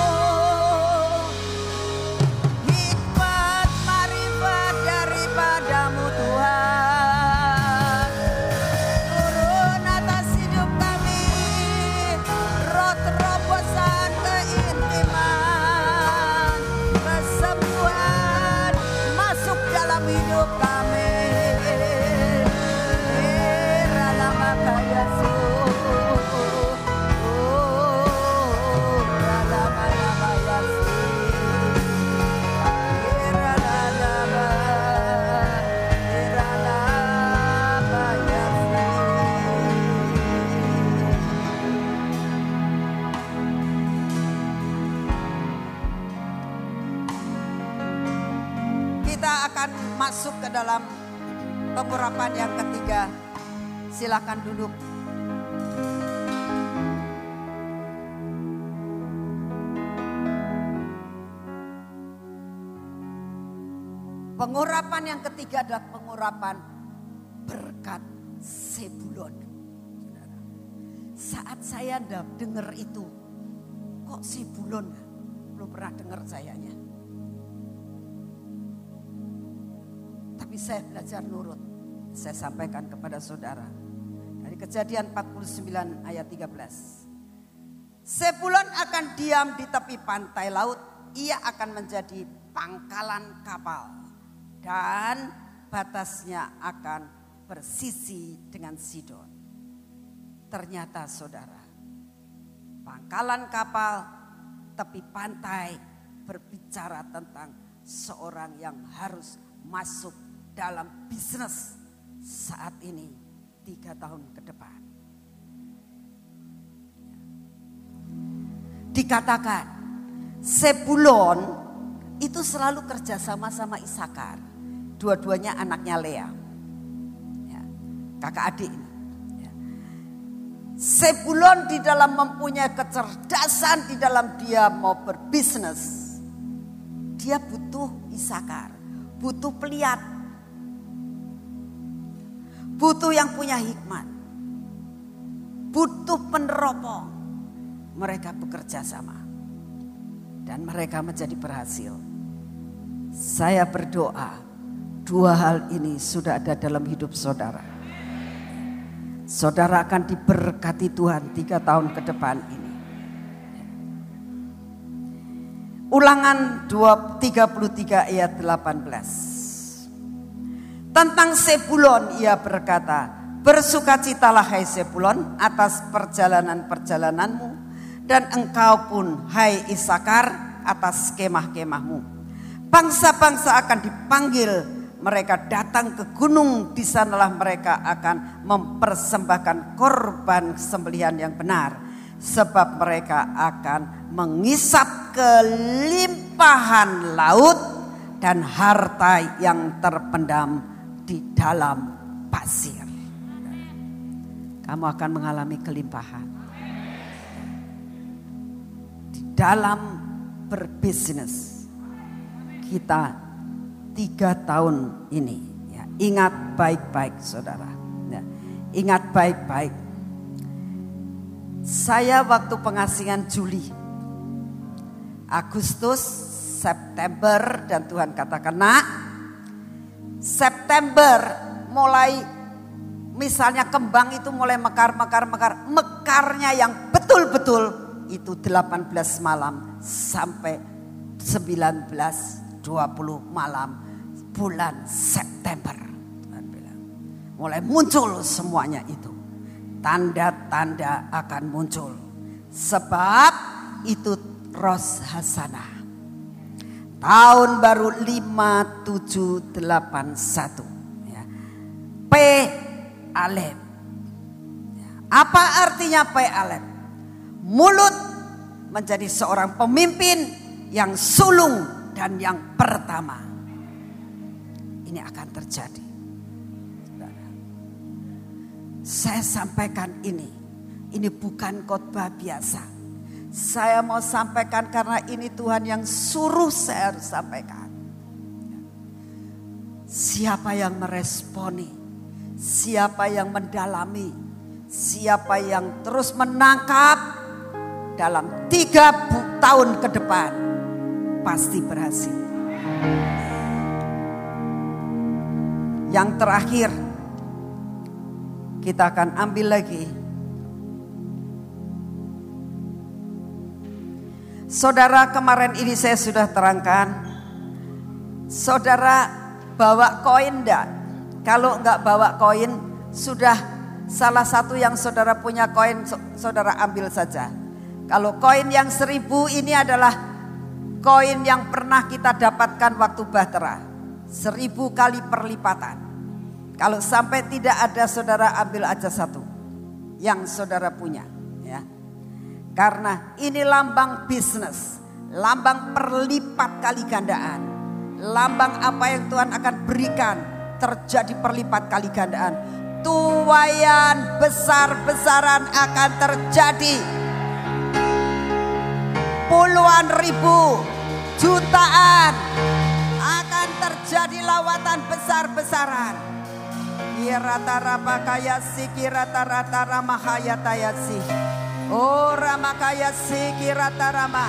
Hikmat marifat daripada-Mu Tuhan. Turun atas hidup kami. Roh terobosan, keintiman, kesembuhan masuk dalam hidup kami. Masuk ke dalam pengurapan yang ketiga. Silakan duduk. Pengurapan yang ketiga adalah pengurapan berkat Sebulon. Saat saya dengar itu, kok Sebulon? Belum pernah dengar sayanya. Tapi saya belajar nurut. Saya sampaikan kepada saudara. Dari Kejadian empat puluh sembilan ayat tiga belas. Sebulon akan diam di tepi pantai laut. Ia akan menjadi pangkalan kapal. Dan batasnya akan bersisi dengan Sidon. Ternyata saudara, pangkalan kapal tepi pantai berbicara tentang seorang yang harus masuk dalam bisnis saat ini tiga tahun ke depan. Dikatakan Sebulon itu selalu kerjasama sama Isakar. Dua-duanya anaknya Lea, ya, kakak adik ini. Ya. Sebulon di dalam mempunyai kecerdasan, di dalam dia mau berbisnis. Dia butuh Isakar, butuh pelihat, butuh yang punya hikmat, butuh peneropong. Mereka bekerja sama dan mereka menjadi berhasil. Saya berdoa dua hal ini sudah ada dalam hidup saudara. Saudara akan diberkati Tuhan tiga tahun ke depan ini. Ulangan tiga puluh tiga ayat delapan belas. Tentang Sebulon ia berkata, bersukacitalah hai Sebulon atas perjalanan-perjalananmu, dan engkau pun hai Isakar atas kemah-kemahmu. Bangsa-bangsa akan dipanggil, mereka datang ke gunung, di sanalah mereka akan mempersembahkan korban sembelihan yang benar, sebab mereka akan mengisap kelimpahan laut dan harta yang terpendam di dalam pasir. Kamu akan mengalami kelimpahan di dalam berbisnis kita tiga tahun ini. Ya, ingat baik-baik saudara. Ya, ingat baik-baik. Saya waktu pengasingan Juli, Agustus, September, dan Tuhan katakan, nak, September mulai misalnya kembang itu mulai mekar, mekar, mekar. Mekarnya yang betul-betul itu delapan belas malam sampai sembilan belas dua puluh malam bulan September. Tuhan bilang, mulai muncul semuanya itu. Tanda-tanda akan muncul. Sebab itu Rosh Hasanah. Tahun baru lima tujuh delapan satu. Ya. P Alef. Ya. Apa artinya P Alef? Mulut menjadi seorang pemimpin yang sulung dan yang pertama. Ini akan terjadi. Saya sampaikan ini, ini bukan khotbah biasa. Saya mau sampaikan karena ini Tuhan yang suruh saya harus sampaikan. Siapa yang meresponi, siapa yang mendalami, siapa yang terus menangkap dalam tiga tahun ke depan pasti berhasil. Yang terakhir, kita akan ambil lagi. Saudara, kemarin ini saya sudah terangkan. Saudara bawa koin enggak? Kalau enggak bawa koin, sudah salah satu yang saudara punya koin, saudara ambil saja. Kalau koin yang seribu ini adalah koin yang pernah kita dapatkan waktu bahtera. Seribu kali perlipatan. Kalau sampai tidak ada, saudara ambil aja satu yang saudara punya, ya. Karena ini lambang bisnis, lambang perlipat kali gandaan, lambang apa yang Tuhan akan berikan terjadi perlipat kali gandaan. Tuaian besar-besaran akan terjadi, puluhan ribu, jutaan akan terjadi lawatan besar-besaran. Kirata rabakayasi kirata rata ramahayatayasi. Oh ramakayasi kirata rama.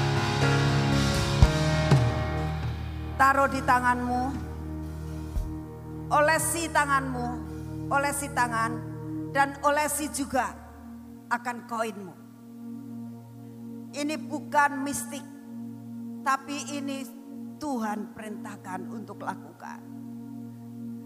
Taruh di tanganmu. Olesi tanganmu. Olesi tangan. Dan olesi juga akan koinmu. Ini bukan mistik. Tapi ini Tuhan perintahkan untuk lakukan.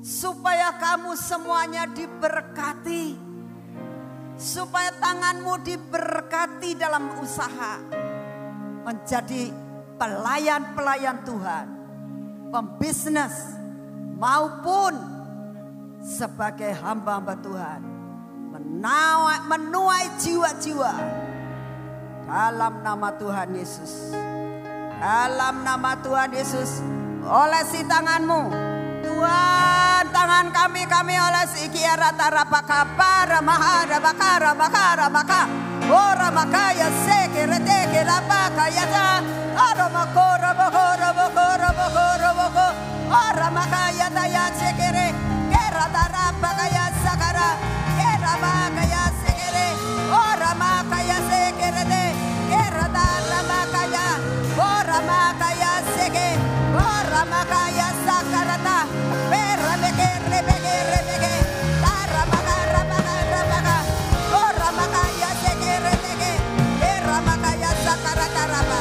supaya kamu semuanya diberkati, supaya tanganmu diberkati dalam usaha, menjadi pelayan-pelayan Tuhan, pembisnis maupun sebagai hamba-hamba Tuhan, menuai, menuai jiwa-jiwa dalam nama Tuhan Yesus. Dalam nama Tuhan Yesus, olesi tanganmu. Tuhan, tangan kami, kami olesi kiara tarapaka para mahara bakara bakara maka ora makaya sekere teke rapaka yata ora makora bakora bakora bakora bako ora makaya daya sekere kera tarapaka ya sakara kera makaya sekere ora makaya sekere de kera tarapaka ora makaya seke ora makaya sakarata perra beke rebeke rebeke tara makara makara maka ora makaya seke rebeke perra makaya sakarata raba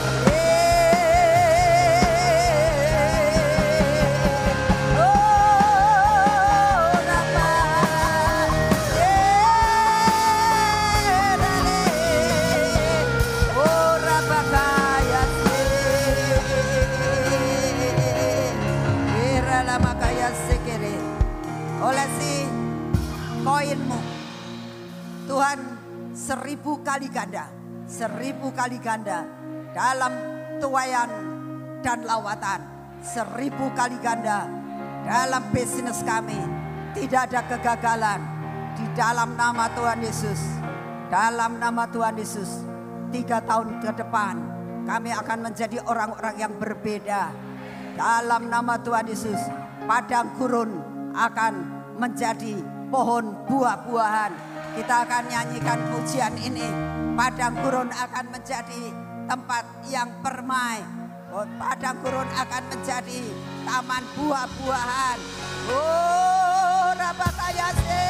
olesi koinmu. Tuhan seribu kali ganda, seribu kali ganda dalam tuayan dan lawatan, seribu kali ganda dalam bisnis kami. Tidak ada kegagalan di dalam nama Tuhan Yesus. Dalam nama Tuhan Yesus, tiga tahun ke depan kami akan menjadi orang-orang yang berbeda. Dalam nama Tuhan Yesus, padang gurun akan menjadi pohon buah-buahan. Kita akan nyanyikan pujian ini. Padang gurun akan menjadi tempat yang permai. Padang gurun akan menjadi taman buah-buahan. Oh, rabakayase.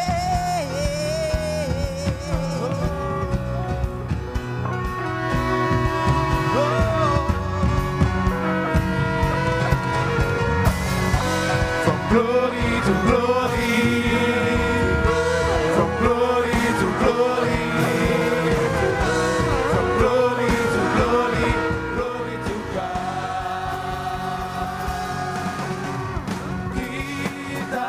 From glory to glory, from glory to glory, from glory to glory, glory to God. Kita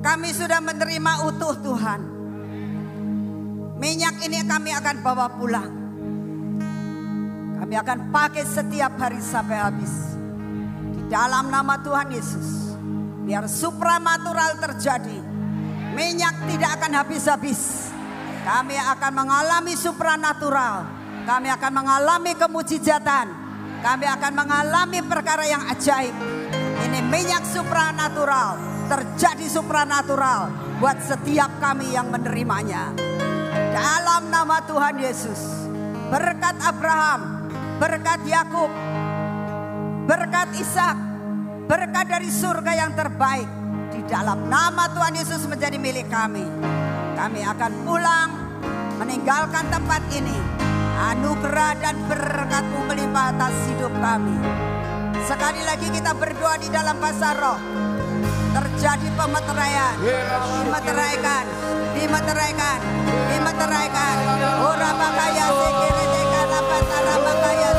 Kami sudah menerima utuh Tuhan. Minyak ini kami akan bawa pulang. Kami akan pakai setiap hari sampai habis. Di dalam nama Tuhan Yesus. Biar supranatural terjadi. Minyak tidak akan habis-habis. Kami akan mengalami supranatural. Kami akan mengalami kemujizatan. Kami akan mengalami perkara yang ajaib. Ini minyak supranatural. Terjadi supranatural buat setiap kami yang menerimanya. Dalam nama Tuhan Yesus. Berkat Abraham, berkat Yakub, berkat Ishak, berkat dari surga yang terbaik. Di dalam nama Tuhan Yesus menjadi milik kami. Kami akan pulang meninggalkan tempat ini. Anugerah dan berkat-Mu melimpah atas hidup kami. Sekali lagi kita berdoa di dalam bahasa roh. Terjadi pemeteraian, dimeteraikan, dimeteraikan, dimeteraikan. Ora makaya sekere dekan apa tara makaya.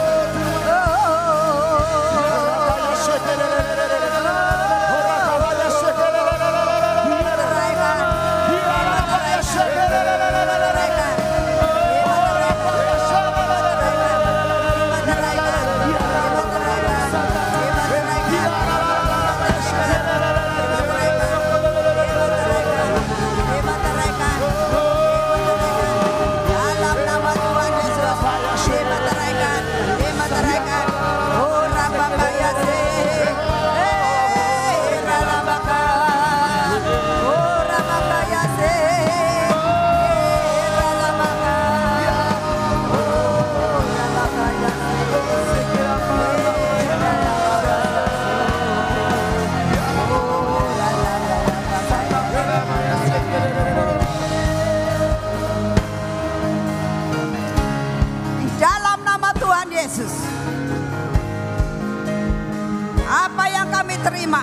Apa yang kami terima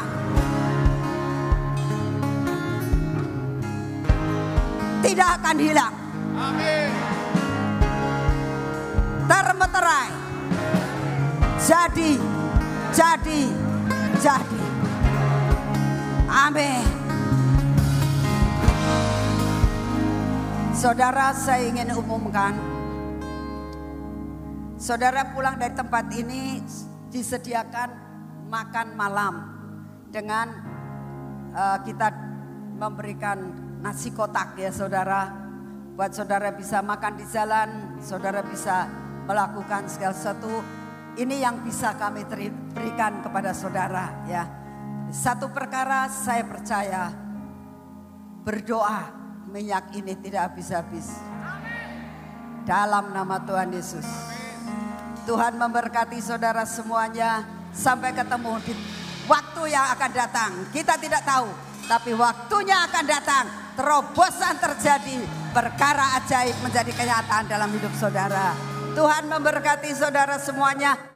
tidak akan hilang. Amin. Termeterai. Jadi, jadi, jadi. Amin. Saudara, saya ingin umumkan. Saudara pulang dari tempat ini disediakan makan malam dengan uh, kita memberikan nasi kotak ya saudara. Buat saudara bisa makan di jalan, saudara bisa melakukan segala sesuatu. Ini yang bisa kami berikan kepada saudara ya. Satu perkara saya percaya, berdoa minyak ini tidak habis-habis. Dalam nama Tuhan Yesus. Tuhan memberkati saudara semuanya. Sampai ketemu di waktu yang akan datang. Kita tidak tahu, tapi waktunya akan datang. Terobosan terjadi, perkara ajaib menjadi kenyataan dalam hidup saudara. Tuhan memberkati saudara semuanya.